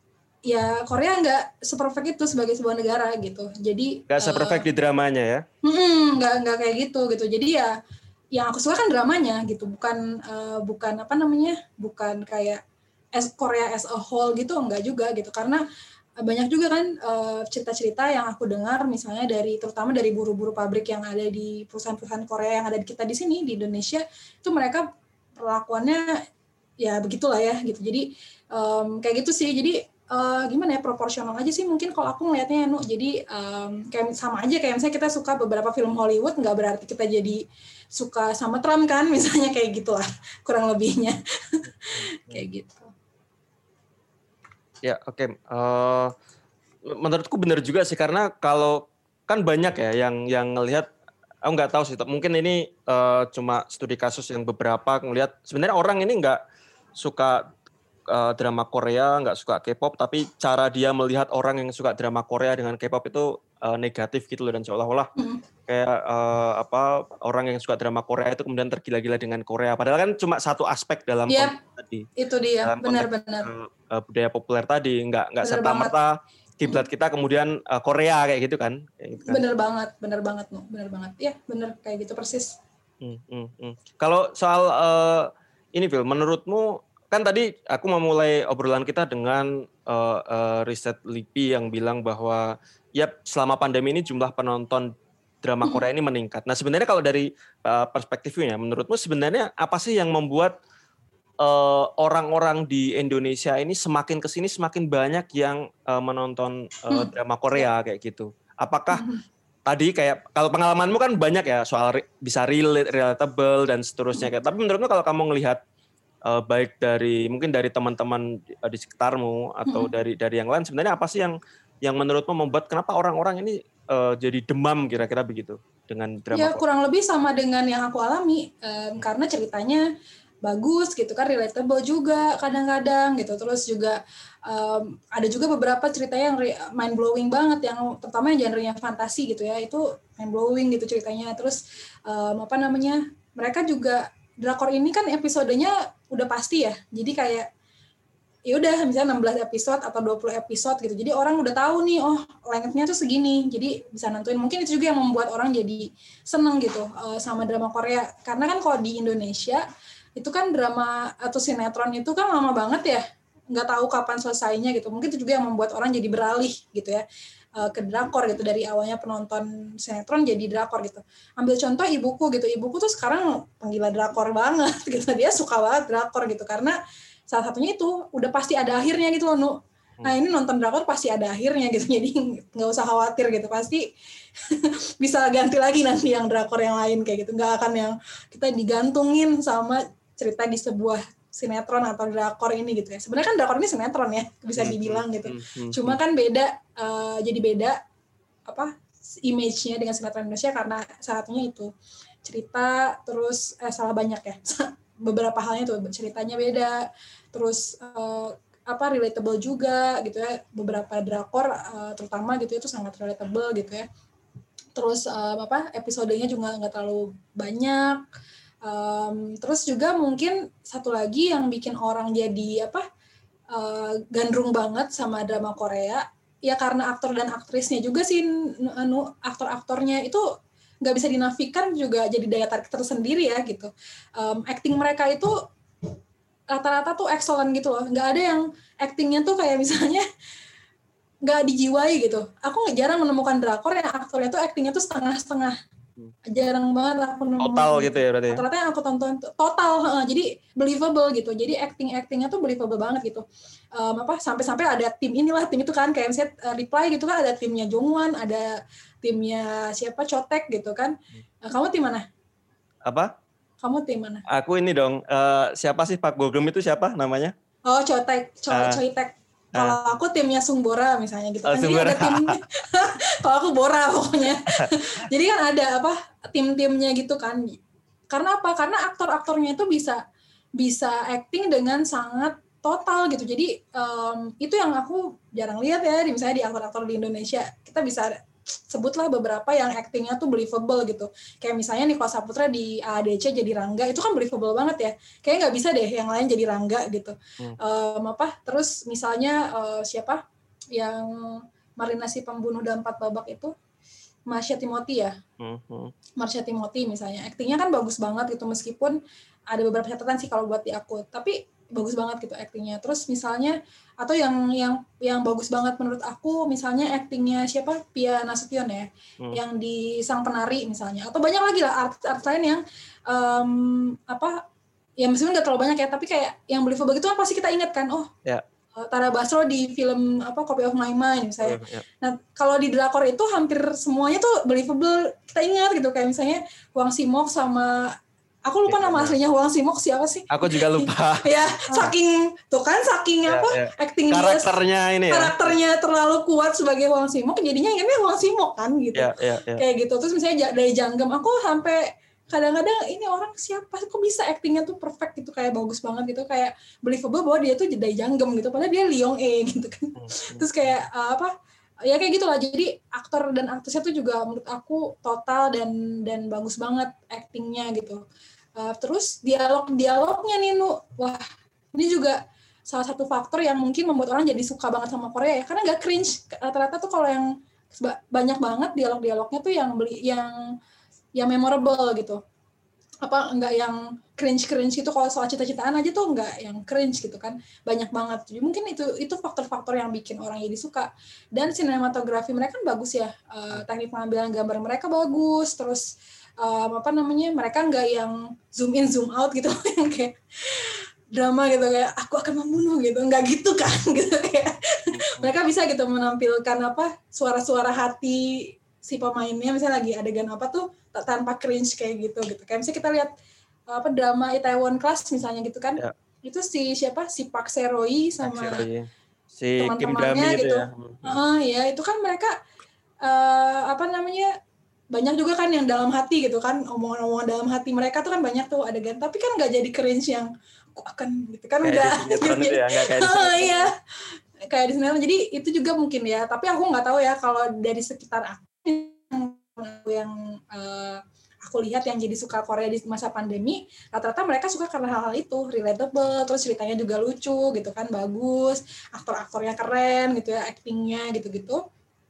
ya Korea enggak seperfect itu sebagai sebuah negara gitu. Jadi enggak seperfect uh, di dramanya ya. Mm, enggak enggak kayak gitu gitu. Jadi ya yang aku suka kan dramanya gitu, bukan uh, bukan apa namanya? bukan kayak as Korea as a whole gitu, enggak juga gitu. Karena banyak juga kan uh, cerita-cerita yang aku dengar misalnya dari terutama dari buruh-buruh pabrik yang ada di perusahaan-perusahaan Korea yang ada di kita di sini di Indonesia, itu mereka perlakuannya ya begitulah ya gitu. Jadi um, kayak gitu sih. Jadi uh, gimana ya, proporsional aja sih mungkin kalau aku ngelihatnya Nu. Jadi um, kayak sama aja kayak misalnya kita suka beberapa film Hollywood, nggak berarti kita jadi suka sama Trump kan misalnya, kayak gitulah kurang lebihnya. Kayak gitu. Ya oke, okay. uh, menurutku benar juga sih, karena kalau kan banyak ya yang yang ngelihat, aku nggak tahu sih, mungkin ini uh, cuma studi kasus yang beberapa ngelihat sebenarnya orang ini nggak suka uh, drama Korea, nggak suka K-pop, tapi cara dia melihat orang yang suka drama Korea dengan K-pop itu uh, negatif gitu loh, dan seolah-olah kayak uh, apa orang yang suka drama Korea itu kemudian tergila-gila dengan Korea, padahal kan cuma satu aspek dalam yep, konteks tadi. Itu dia, dalam benar-benar. Uh, budaya populer tadi, nggak nggak serta-merta kiblat kita kemudian uh, Korea kayak gitu kan. Kayak gitu kan. Bener banget, bener banget Nu, bener banget. Ya bener kayak gitu persis. Hmm, hmm, hmm. Kalau soal uh, ini Phil, menurutmu kan tadi aku memulai obrolan kita dengan uh, uh, riset L I P I yang bilang bahwa ya selama pandemi ini jumlah penonton drama Korea ini meningkat. Nah sebenarnya kalau dari uh, perspektifnya, menurutmu sebenarnya apa sih yang membuat uh, orang-orang di Indonesia ini semakin kesini semakin banyak yang uh, menonton uh, drama Korea kayak gitu? Apakah tadi kayak kalau pengalamanmu kan banyak ya soal re, bisa relate, relatable dan seterusnya kayak. Tapi menurutmu kalau kamu ngelihat uh, baik dari mungkin dari teman-teman di, di sekitarmu atau dari dari yang lain, sebenarnya apa sih yang yang menurutmu membuat kenapa orang-orang ini uh, jadi demam kira-kira begitu dengan drama Ya Korea? kurang lebih sama dengan yang aku alami, um, karena ceritanya bagus gitu kan, relatable juga kadang-kadang gitu. Terus juga um, ada juga beberapa ceritanya yang mind blowing banget, yang terutama yang genrenya fantasi gitu ya, itu mind blowing gitu ceritanya. Terus um, apa namanya, mereka juga drakor ini kan episodenya udah pasti ya, jadi kayak ya udah misalnya enam belas episode atau dua puluh episode gitu. Jadi orang udah tahu nih, oh lengthnya tuh segini. Jadi bisa nentuin. Mungkin itu juga yang membuat orang jadi seneng gitu uh, sama drama Korea. Karena kan kalau di Indonesia itu kan drama atau sinetron itu kan lama banget ya. Nggak tahu kapan selesainya gitu. Mungkin itu juga yang membuat orang jadi beralih gitu ya uh, ke drakor gitu. Dari awalnya penonton sinetron jadi drakor gitu. Ambil contoh ibuku gitu. Ibuku tuh sekarang penggila drakor banget gitu. Dia suka banget drakor gitu. Karena salah satunya itu udah pasti ada akhirnya gitu loh, Nu. Nah ini nonton drakor pasti ada akhirnya gitu, jadi nggak usah khawatir gitu, pasti bisa ganti lagi nanti yang drakor yang lain kayak gitu, nggak akan yang kita digantungin sama cerita di sebuah sinetron atau drakor ini gitu ya. Sebenarnya kan drakor ini sinetron ya, bisa dibilang gitu. Cuma kan beda, uh, jadi beda apa image-nya dengan sinetron Indonesia karena salah satunya itu cerita, terus eh salah banyak ya. Beberapa halnya tuh ceritanya beda, terus uh, apa relatable juga gitu ya, beberapa drakor uh, terutama gitu itu sangat relatable gitu ya. Terus um, apa episodenya juga nggak terlalu banyak, um, terus juga mungkin satu lagi yang bikin orang jadi apa uh, gandrung banget sama drama Korea ya karena aktor dan aktrisnya juga sih, anu aktor-aktornya itu nggak bisa dinafikan juga jadi daya tarik tersendiri ya gitu. Um, acting mereka itu rata-rata tuh excellent gitu loh. Nggak ada yang actingnya tuh kayak misalnya nggak dijiwai gitu. Aku jarang menemukan drakor yang aktornya tuh actingnya tuh setengah-setengah. Jarang banget aku nemu. Total gitu ya berarti. Rata-rata yang aku tonton total, uh, jadi believable gitu. Jadi acting-actingnya tuh believable banget gitu. Um, apa sampai-sampai ada tim inilah tim itu kan kayak misalnya uh, Reply gitu kan, ada timnya Jongwon, ada timnya siapa Chotek gitu kan. Uh, kamu tim mana? Apa? Kamu tim mana? Aku ini dong. Uh, siapa sih Pak Gogem itu siapa namanya? Oh Chotek, Cho, uh, Choitek. Kalau uh. aku timnya Sungbora misalnya gitu kan. Oh, jadi ada tim. Kalau aku Bora pokoknya. Jadi kan ada apa tim-timnya gitu kan. Karena apa? Karena aktor-aktornya itu bisa bisa acting dengan sangat total gitu. Jadi um, itu yang aku jarang lihat ya di misalnya di aktor-aktor di Indonesia. Kita bisa sebutlah beberapa yang actingnya tuh believable gitu. Kayak misalnya Nicholas Saputra di A D C jadi Rangga, itu kan believable banget ya. Kayaknya nggak bisa deh yang lain jadi Rangga gitu. Hmm. Um, apa? Terus misalnya uh, siapa yang Marinasi Pembunuh dan Empat Babak itu? Marsha Timothy ya. Hmm. Marsha Timothy misalnya. Actingnya kan bagus banget gitu meskipun ada beberapa catatan sih kalau buat di aku. Tapi bagus banget gitu actingnya. Terus misalnya atau yang yang yang bagus banget menurut aku misalnya actingnya siapa Pia Nasution ya, hmm. yang di Sang Penari misalnya, atau banyak lagi lah artis-artis lain yang um, apa ya meskipun nggak terlalu banyak ya, tapi kayak yang believable gitu kan pasti kita ingat kan, oh yeah. Tara Basro di film apa Copy of My Mind misalnya. Yeah, yeah. Nah kalau di drakor itu hampir semuanya tuh believable kita ingat gitu, kayak misalnya Hwang Si-mok sama aku lupa ya, nama aslinya Hwang Si-mok siapa sih? Aku juga lupa. Ya, saking tuh kan saking ya, apa ya. acting karakternya dia, ini ya. Karakternya terlalu kuat sebagai Hwang Si-mok, jadinya ingatnya Hwang Si-mok kan gitu. Ya, ya, ya. Kayak gitu. Terus misalnya dari Janggem, aku sampai kadang-kadang ini orang siapa kok bisa actingnya tuh perfect gitu, kayak bagus banget gitu, kayak believable bahwa dia tuh dari Janggem gitu, padahal dia Leong E gitu kan. Hmm. Terus kayak uh, apa? Ya kayak gitulah. Jadi aktor dan aktrisnya tuh juga menurut aku total dan dan bagus banget actingnya gitu. Uh, terus dialog-dialognya nih, Nu. Wah, ini juga salah satu faktor yang mungkin membuat orang jadi suka banget sama Korea ya, karena nggak cringe. Rata-rata tuh kalau yang banyak banget dialog-dialognya tuh yang beli yang yang memorable gitu. Apa enggak yang cringe-cringe gitu, kalau soal cita-citaan aja tuh enggak yang cringe gitu kan. Banyak banget. Jadi mungkin itu itu faktor-faktor yang bikin orang jadi suka. Dan sinematografi mereka kan bagus ya. Uh, teknik pengambilan gambar mereka bagus, terus Um, apa namanya mereka nggak yang zoom in zoom out gitu yang kayak drama gitu kayak aku akan membunuh gitu, nggak gitu kan gitu kayak mereka bisa gitu menampilkan apa suara-suara hati si pemainnya, misalnya lagi adegan apa tuh tanpa cringe kayak gitu gitu. Kayak misalnya kita lihat apa drama Itaewon Class misalnya gitu kan, ya. Itu si siapa si Park Se-roy sama si teman-temannya gitu, ya. Uh, ya itu kan mereka uh, apa namanya banyak juga kan yang dalam hati gitu kan, omongan-omongan dalam hati mereka tuh kan banyak tuh adegan, tapi kan nggak jadi cringe yang aku akan gitu kan, kayak enggak. di sinetron itu ya, nggak kayak di Oh sinetron. iya, kayak di sinetron. Jadi itu juga mungkin ya, tapi aku nggak tahu ya kalau dari sekitar aku yang uh, aku lihat yang jadi suka Korea di masa pandemi, rata-rata mereka suka karena hal-hal itu, relatable, terus ceritanya juga lucu gitu kan, bagus, aktor-aktornya keren gitu ya, actingnya gitu-gitu.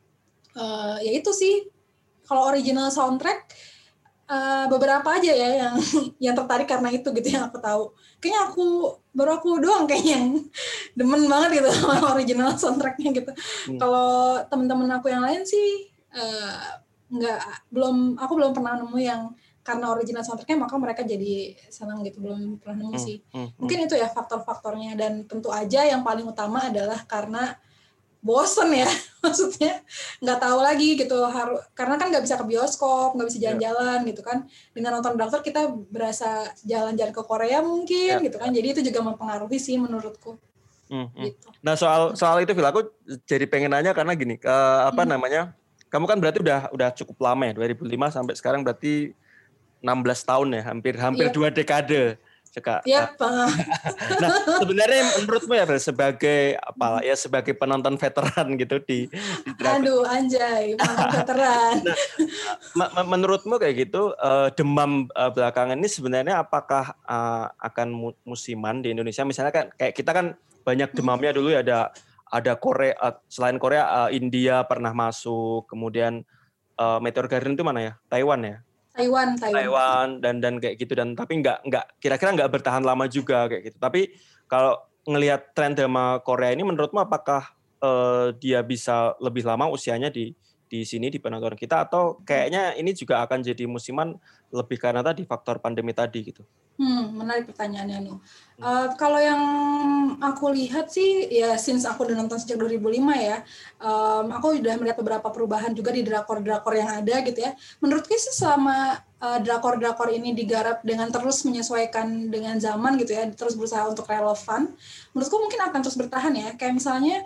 Uh, ya itu sih, kalau original soundtrack uh, beberapa aja ya yang yang tertarik karena itu gitu yang aku tahu. Kayaknya aku baru aku doang kayaknya yang demen banget gitu sama original soundtracknya gitu. Hmm. Kalau teman-teman aku yang lain sih uh, nggak, belum, aku belum pernah nemu yang karena original soundtracknya maka mereka jadi senang gitu, belum pernah nemu sih. Hmm. Hmm. Mungkin itu ya faktor-faktornya, dan tentu aja yang paling utama adalah karena bosen ya, maksudnya nggak tahu lagi gitu, harus, karena kan nggak bisa ke bioskop, nggak bisa jalan-jalan yeah. gitu kan, dengan nonton drakor kita berasa jalan-jalan ke Korea mungkin yeah. gitu kan, jadi itu juga mempengaruhi sih menurutku. Hmm. Gitu. Nah soal soal itu, Vil, aku jadi pengen nanya karena gini, uh, apa hmm. namanya, kamu kan berarti udah udah cukup lama ya, dua ribu lima sampai sekarang berarti enam belas tahun ya, hampir hampir yep. dua dekade. Cekak. Yep. Nah, sebenarnya menurutmu ya, sebagai apa ya, sebagai penonton veteran gitu di, di Aduh, anjay, penonton veteran. Nah, menurutmu kayak gitu, uh, demam uh, belakangan ini sebenarnya apakah uh, akan musiman di Indonesia? Misalnya kan kayak kita kan banyak demamnya dulu ya, ada ada Korea, uh, selain Korea, uh, India pernah masuk, kemudian uh, Meteor Garden itu mana ya? Taiwan ya? Taiwan, Taiwan, Taiwan dan dan kayak gitu, dan tapi nggak nggak kira-kira nggak bertahan lama juga kayak gitu. Tapi kalau ngelihat tren drama Korea ini, menurutmu apakah uh, dia bisa lebih lama usianya di di sini di penonton kita, atau kayaknya ini juga akan jadi musiman lebih karena tadi faktor pandemi tadi gitu? Hmm, menarik pertanyaannya nih. Uh, kalau yang aku lihat sih, ya since aku udah nonton sejak dua ribu lima ya, um, aku udah melihat beberapa perubahan juga di drakor-drakor yang ada gitu ya. Menurutku sih selama uh, drakor-drakor ini digarap dengan terus menyesuaikan dengan zaman gitu ya, terus berusaha untuk relevan, menurutku mungkin akan terus bertahan ya. Kayak misalnya,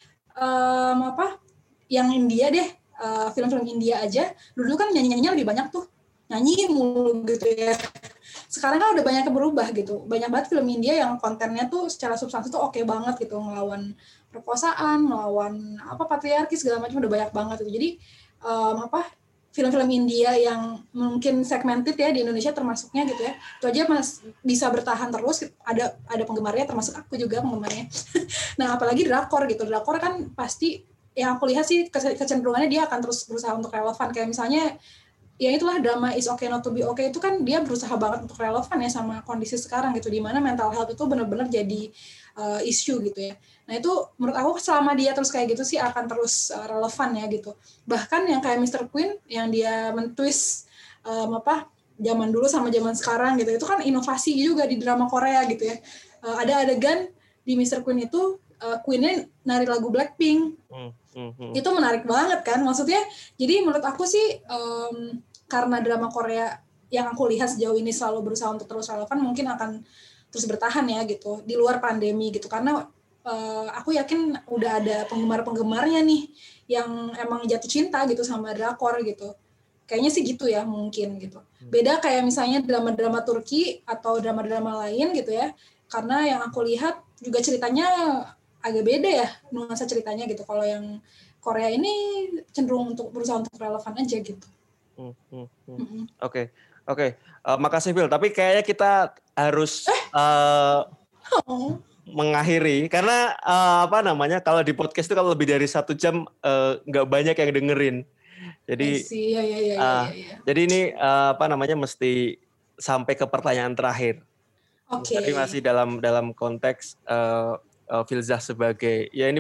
um, apa, yang India deh, uh, film-film India aja, dulu kan nyanyi-nyanyinya lebih banyak tuh, nyanyi mulu gitu ya. Sekarang kan udah banyak yang berubah gitu. Banyak banget film India yang kontennya tuh secara substansi tuh oke okay banget gitu, ngelawan perkosaan, ngelawan apa patriarki segala macam, udah banyak banget gitu. Jadi um, apa film-film India yang mungkin segmented ya di Indonesia termasuknya gitu ya. Itu aja mas bisa bertahan terus, ada ada penggemarnya, termasuk aku juga penggemarnya. Nah, apalagi drakor gitu. Drakor kan pasti yang aku lihat sih kecenderungannya dia akan terus berusaha untuk relevan, kayak misalnya ya itulah drama Is Okay Not To Be Okay, itu kan dia berusaha banget untuk relevan ya sama kondisi sekarang gitu, di mana mental health itu benar-benar jadi uh, isu gitu ya. Nah itu menurut aku selama dia terus kayak gitu sih akan terus uh, relevan ya gitu. Bahkan yang kayak mister Queen yang dia mentwist um, apa zaman dulu sama zaman sekarang gitu, itu kan inovasi juga di drama Korea gitu ya. Uh, ada adegan di mister Queen itu uh, Queen-nya nari lagu Blackpink. Hmm, hmm, hmm. Itu menarik banget kan, maksudnya. Jadi menurut aku sih um, karena drama Korea yang aku lihat sejauh ini selalu berusaha untuk terus relevan, mungkin akan terus bertahan ya gitu di luar pandemi gitu, karena uh, aku yakin udah ada penggemar-penggemarnya nih yang emang jatuh cinta gitu sama drakor gitu. Kayaknya sih gitu ya mungkin gitu. Beda kayak misalnya drama-drama Turki atau drama-drama lain gitu ya, karena yang aku lihat juga ceritanya agak beda ya nuansa ceritanya gitu. Kalau yang Korea ini cenderung untuk berusaha untuk relevan aja gitu. Oke, hmm, hmm, hmm. oke, okay. uh, makasih Vil. Tapi kayaknya kita harus eh? uh, oh. mengakhiri karena uh, apa namanya, kalau di podcast itu kalau lebih dari satu jam nggak uh, banyak yang dengerin. Jadi, see, ya, ya, ya, uh, ya, ya. jadi ini uh, apa namanya mesti sampai ke pertanyaan terakhir. Oke. Okay. Jadi masih dalam dalam konteks uh, uh, Filzah sebagai ya ini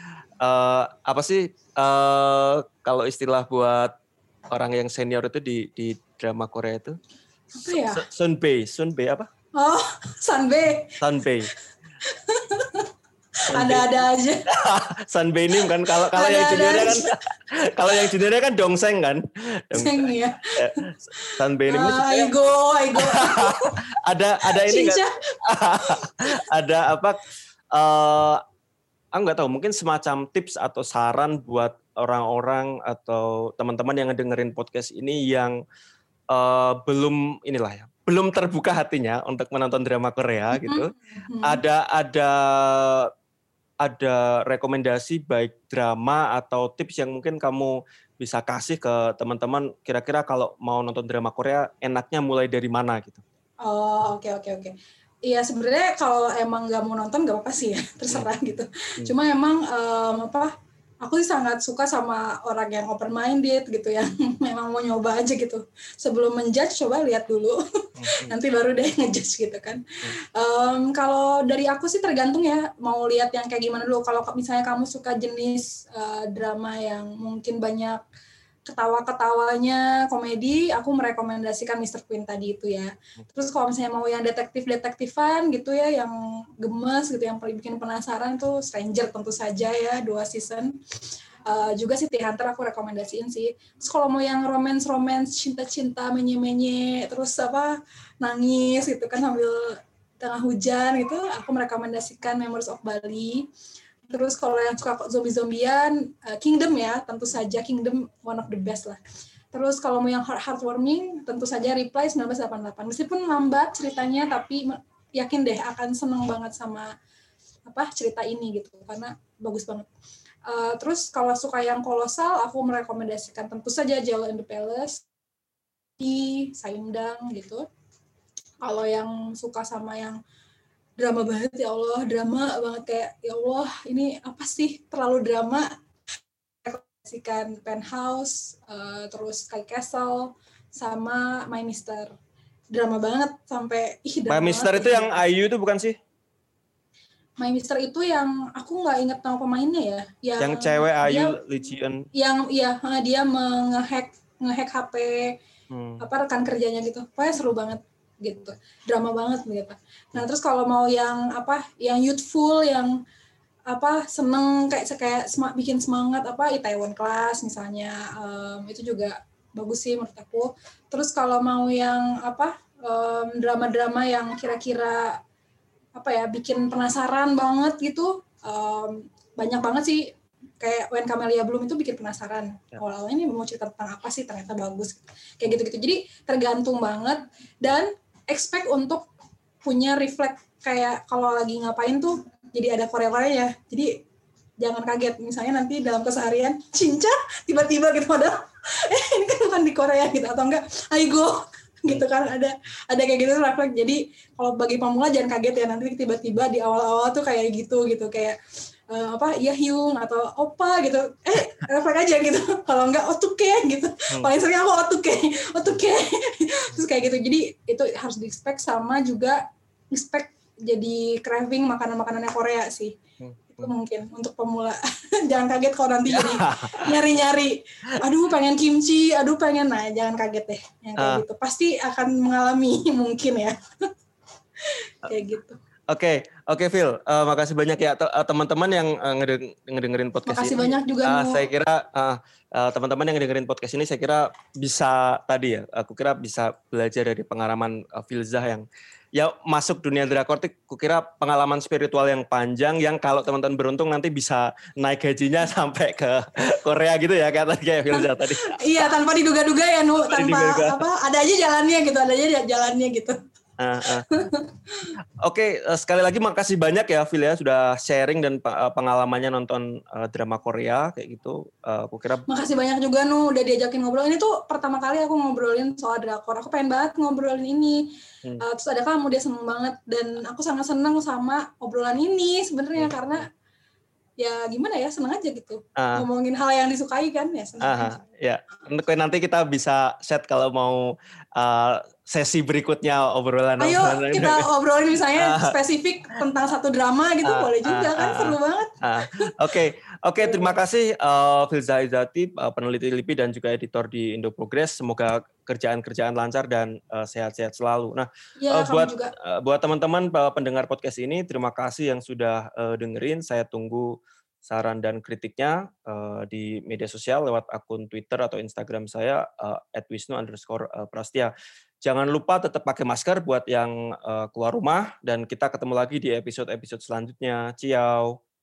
uh, apa sih uh, kalau istilah buat orang yang senior itu di di drama Korea itu apa ya? Sunbae, Sunbae apa? Oh, Sunbae. Sunbae. Ada-ada aja. Sunbae ini kan kalau kalau yang juniornya kan kalau yang juniornya kan Dongseng kan. Dongseng ya. Sunbae ini uh, Aigo, Aigo. ada ada ini enggak? Ada apa? Uh, aku nggak tahu, mungkin semacam tips atau saran buat orang-orang atau teman-teman yang ngedengerin podcast ini yang uh, belum inilah ya, belum terbuka hatinya untuk menonton drama Korea gitu. Mm-hmm. Ada ada ada rekomendasi baik drama atau tips yang mungkin kamu bisa kasih ke teman-teman kira-kira kalau mau nonton drama Korea enaknya mulai dari mana gitu? Oh, oke oke oke. Iya sebenarnya kalau emang nggak mau nonton nggak apa-apa sih ya, terserah Hmm. gitu. Hmm. Cuma emang um, apa? Aku sih sangat suka sama orang yang open minded gitu, yang memang mau nyoba aja gitu. Sebelum menjudge coba lihat dulu, Hmm. nanti baru deh ngejudge gitu kan. Hmm. Um, kalau dari aku sih tergantung ya mau lihat yang kayak gimana dulu. Kalau misalnya kamu suka jenis uh, drama yang mungkin banyak ketawa-ketawanya, komedi, aku merekomendasikan mister Queen tadi itu ya. Terus kalau misalnya mau yang detektif-detektifan gitu ya, yang gemes gitu, yang paling bikin penasaran tuh Stranger tentu saja ya, dua season. Uh, juga City Hunter aku rekomendasiin sih. Terus kalau mau yang romance-romance, cinta-cinta, menye-menye, terus apa, nangis gitu kan sambil tengah hujan gitu, aku merekomendasikan Memories of Bali. Terus kalau yang suka zombie-zombian, uh, Kingdom ya, tentu saja Kingdom one of the best lah. Terus kalau mau yang heartwarming, tentu saja Reply seribu sembilan ratus delapan puluh delapan. Meskipun lambat ceritanya, tapi yakin deh akan seneng banget sama apa cerita ini gitu, karena bagus banget. Uh, terus kalau suka yang kolosal, aku merekomendasikan tentu saja Jewel in the Palace, di Saindang gitu. Kalau yang suka sama yang drama banget, ya Allah, drama banget kayak, ya Allah, ini apa sih, terlalu drama. Rekomendasikan Penthouse, uh, terus Sky Castle, sama My Mister. Drama banget, sampai, ih drama My Mister banget. itu yang I U itu bukan sih? My Mister itu yang, aku nggak inget nama pemainnya ya. Yang, yang cewek I U, Lee Ji-eun. Yang, iya, dia nge-hack, nge-hack H P, hmm. apa rekan kerjanya gitu. Pokoknya seru banget. Gitu, drama banget gitu. Nah terus kalau mau yang apa, yang youthful, yang apa seneng kayak kayak semak, bikin semangat apa Itaewon Class misalnya, um, itu juga bagus sih menurut aku. Terus kalau mau yang apa um, drama-drama yang kira-kira apa ya bikin penasaran banget gitu, um, banyak banget sih. Kayak When Camellia Bloom itu bikin penasaran. Ya. Awal-awalnya ini mau cerita tentang apa sih, ternyata bagus. Kayak gitu-gitu. Jadi tergantung banget dan expect untuk punya refleks kayak kalau lagi ngapain tuh jadi ada korelasinya. Jadi jangan kaget misalnya nanti dalam keseharian cinca tiba-tiba gitu padahal eh ini kan bukan di Korea gitu, atau enggak Aigo gitu kan, ada ada kayak gitu refleks. Jadi kalau bagi pemula jangan kaget ya nanti tiba-tiba di awal-awal tuh kayak gitu gitu kayak Uh, apa ya Hyung atau Opa gitu, eh refleks aja gitu. Kalau enggak Otuke gitu, hmm. paling sering aku Otuke Otuke terus kayak gitu. Jadi itu harus di expect, sama juga expect jadi craving makanan-makanannya Korea sih. hmm. Itu mungkin untuk pemula. Jangan kaget kalau nanti jadi nyari-nyari aduh pengen kimchi, aduh pengen, nah jangan kaget deh yang kayak uh. gitu, pasti akan mengalami mungkin ya. Kayak gitu. Oke, okay, oke okay, Phil, uh, makasih banyak ya teman-teman yang uh, ngedengerin podcast makasih ini. Makasih banyak juga. Uh, saya kira uh, uh, teman-teman yang ngedengerin podcast ini, saya kira bisa tadi ya, aku kira bisa belajar dari pengalaman uh, Filzah yang ya masuk dunia drakor. Aku kira pengalaman spiritual yang panjang, yang kalau teman-teman beruntung nanti bisa naik gajinya sampai ke Korea gitu ya, kayak tadi kayak Filzah tadi. Iya, tanpa diduga-duga ya, Nu, tanpa diduga. apa, ada aja jalannya gitu, ada aja jalannya gitu. Uh, uh. Oke, okay, uh, sekali lagi makasih banyak ya Phil ya sudah sharing dan uh, pengalamannya nonton uh, drama Korea kayak gitu. Uh, aku kira. Makasih banyak juga Nu udah diajakin ngobrol. Ini tuh pertama kali aku ngobrolin soal drakor. Aku pengen banget ngobrolin ini. Hmm. Uh, terus ada kamu, dia seneng banget dan aku sangat seneng sama obrolan ini sebenarnya, hmm. karena ya gimana ya, seneng aja gitu. Uh. Ngomongin hal yang disukai kan ya seneng uh, aja. Ya, nanti kita bisa set kalau mau uh, sesi berikutnya obrolan. Ayo obrolan kita ini. obrolin misalnya uh, spesifik tentang satu drama gitu, uh, boleh juga uh, kan, uh, seru banget. Oke, uh, oke, okay. okay, terima kasih uh, Filzah Izzati, uh, peneliti L I P I dan juga editor di Indo Progress. Semoga kerjaan-kerjaan lancar dan uh, sehat-sehat selalu. Nah, ya, uh, buat uh, buat teman-teman uh, pendengar podcast ini, terima kasih yang sudah uh, dengerin. Saya tunggu saran dan kritiknya uh, di media sosial lewat akun Twitter atau Instagram saya uh, at wisnu underscore prastia. Jangan lupa tetap pakai masker buat yang uh, keluar rumah, dan kita ketemu lagi di episode-episode selanjutnya. Ciao.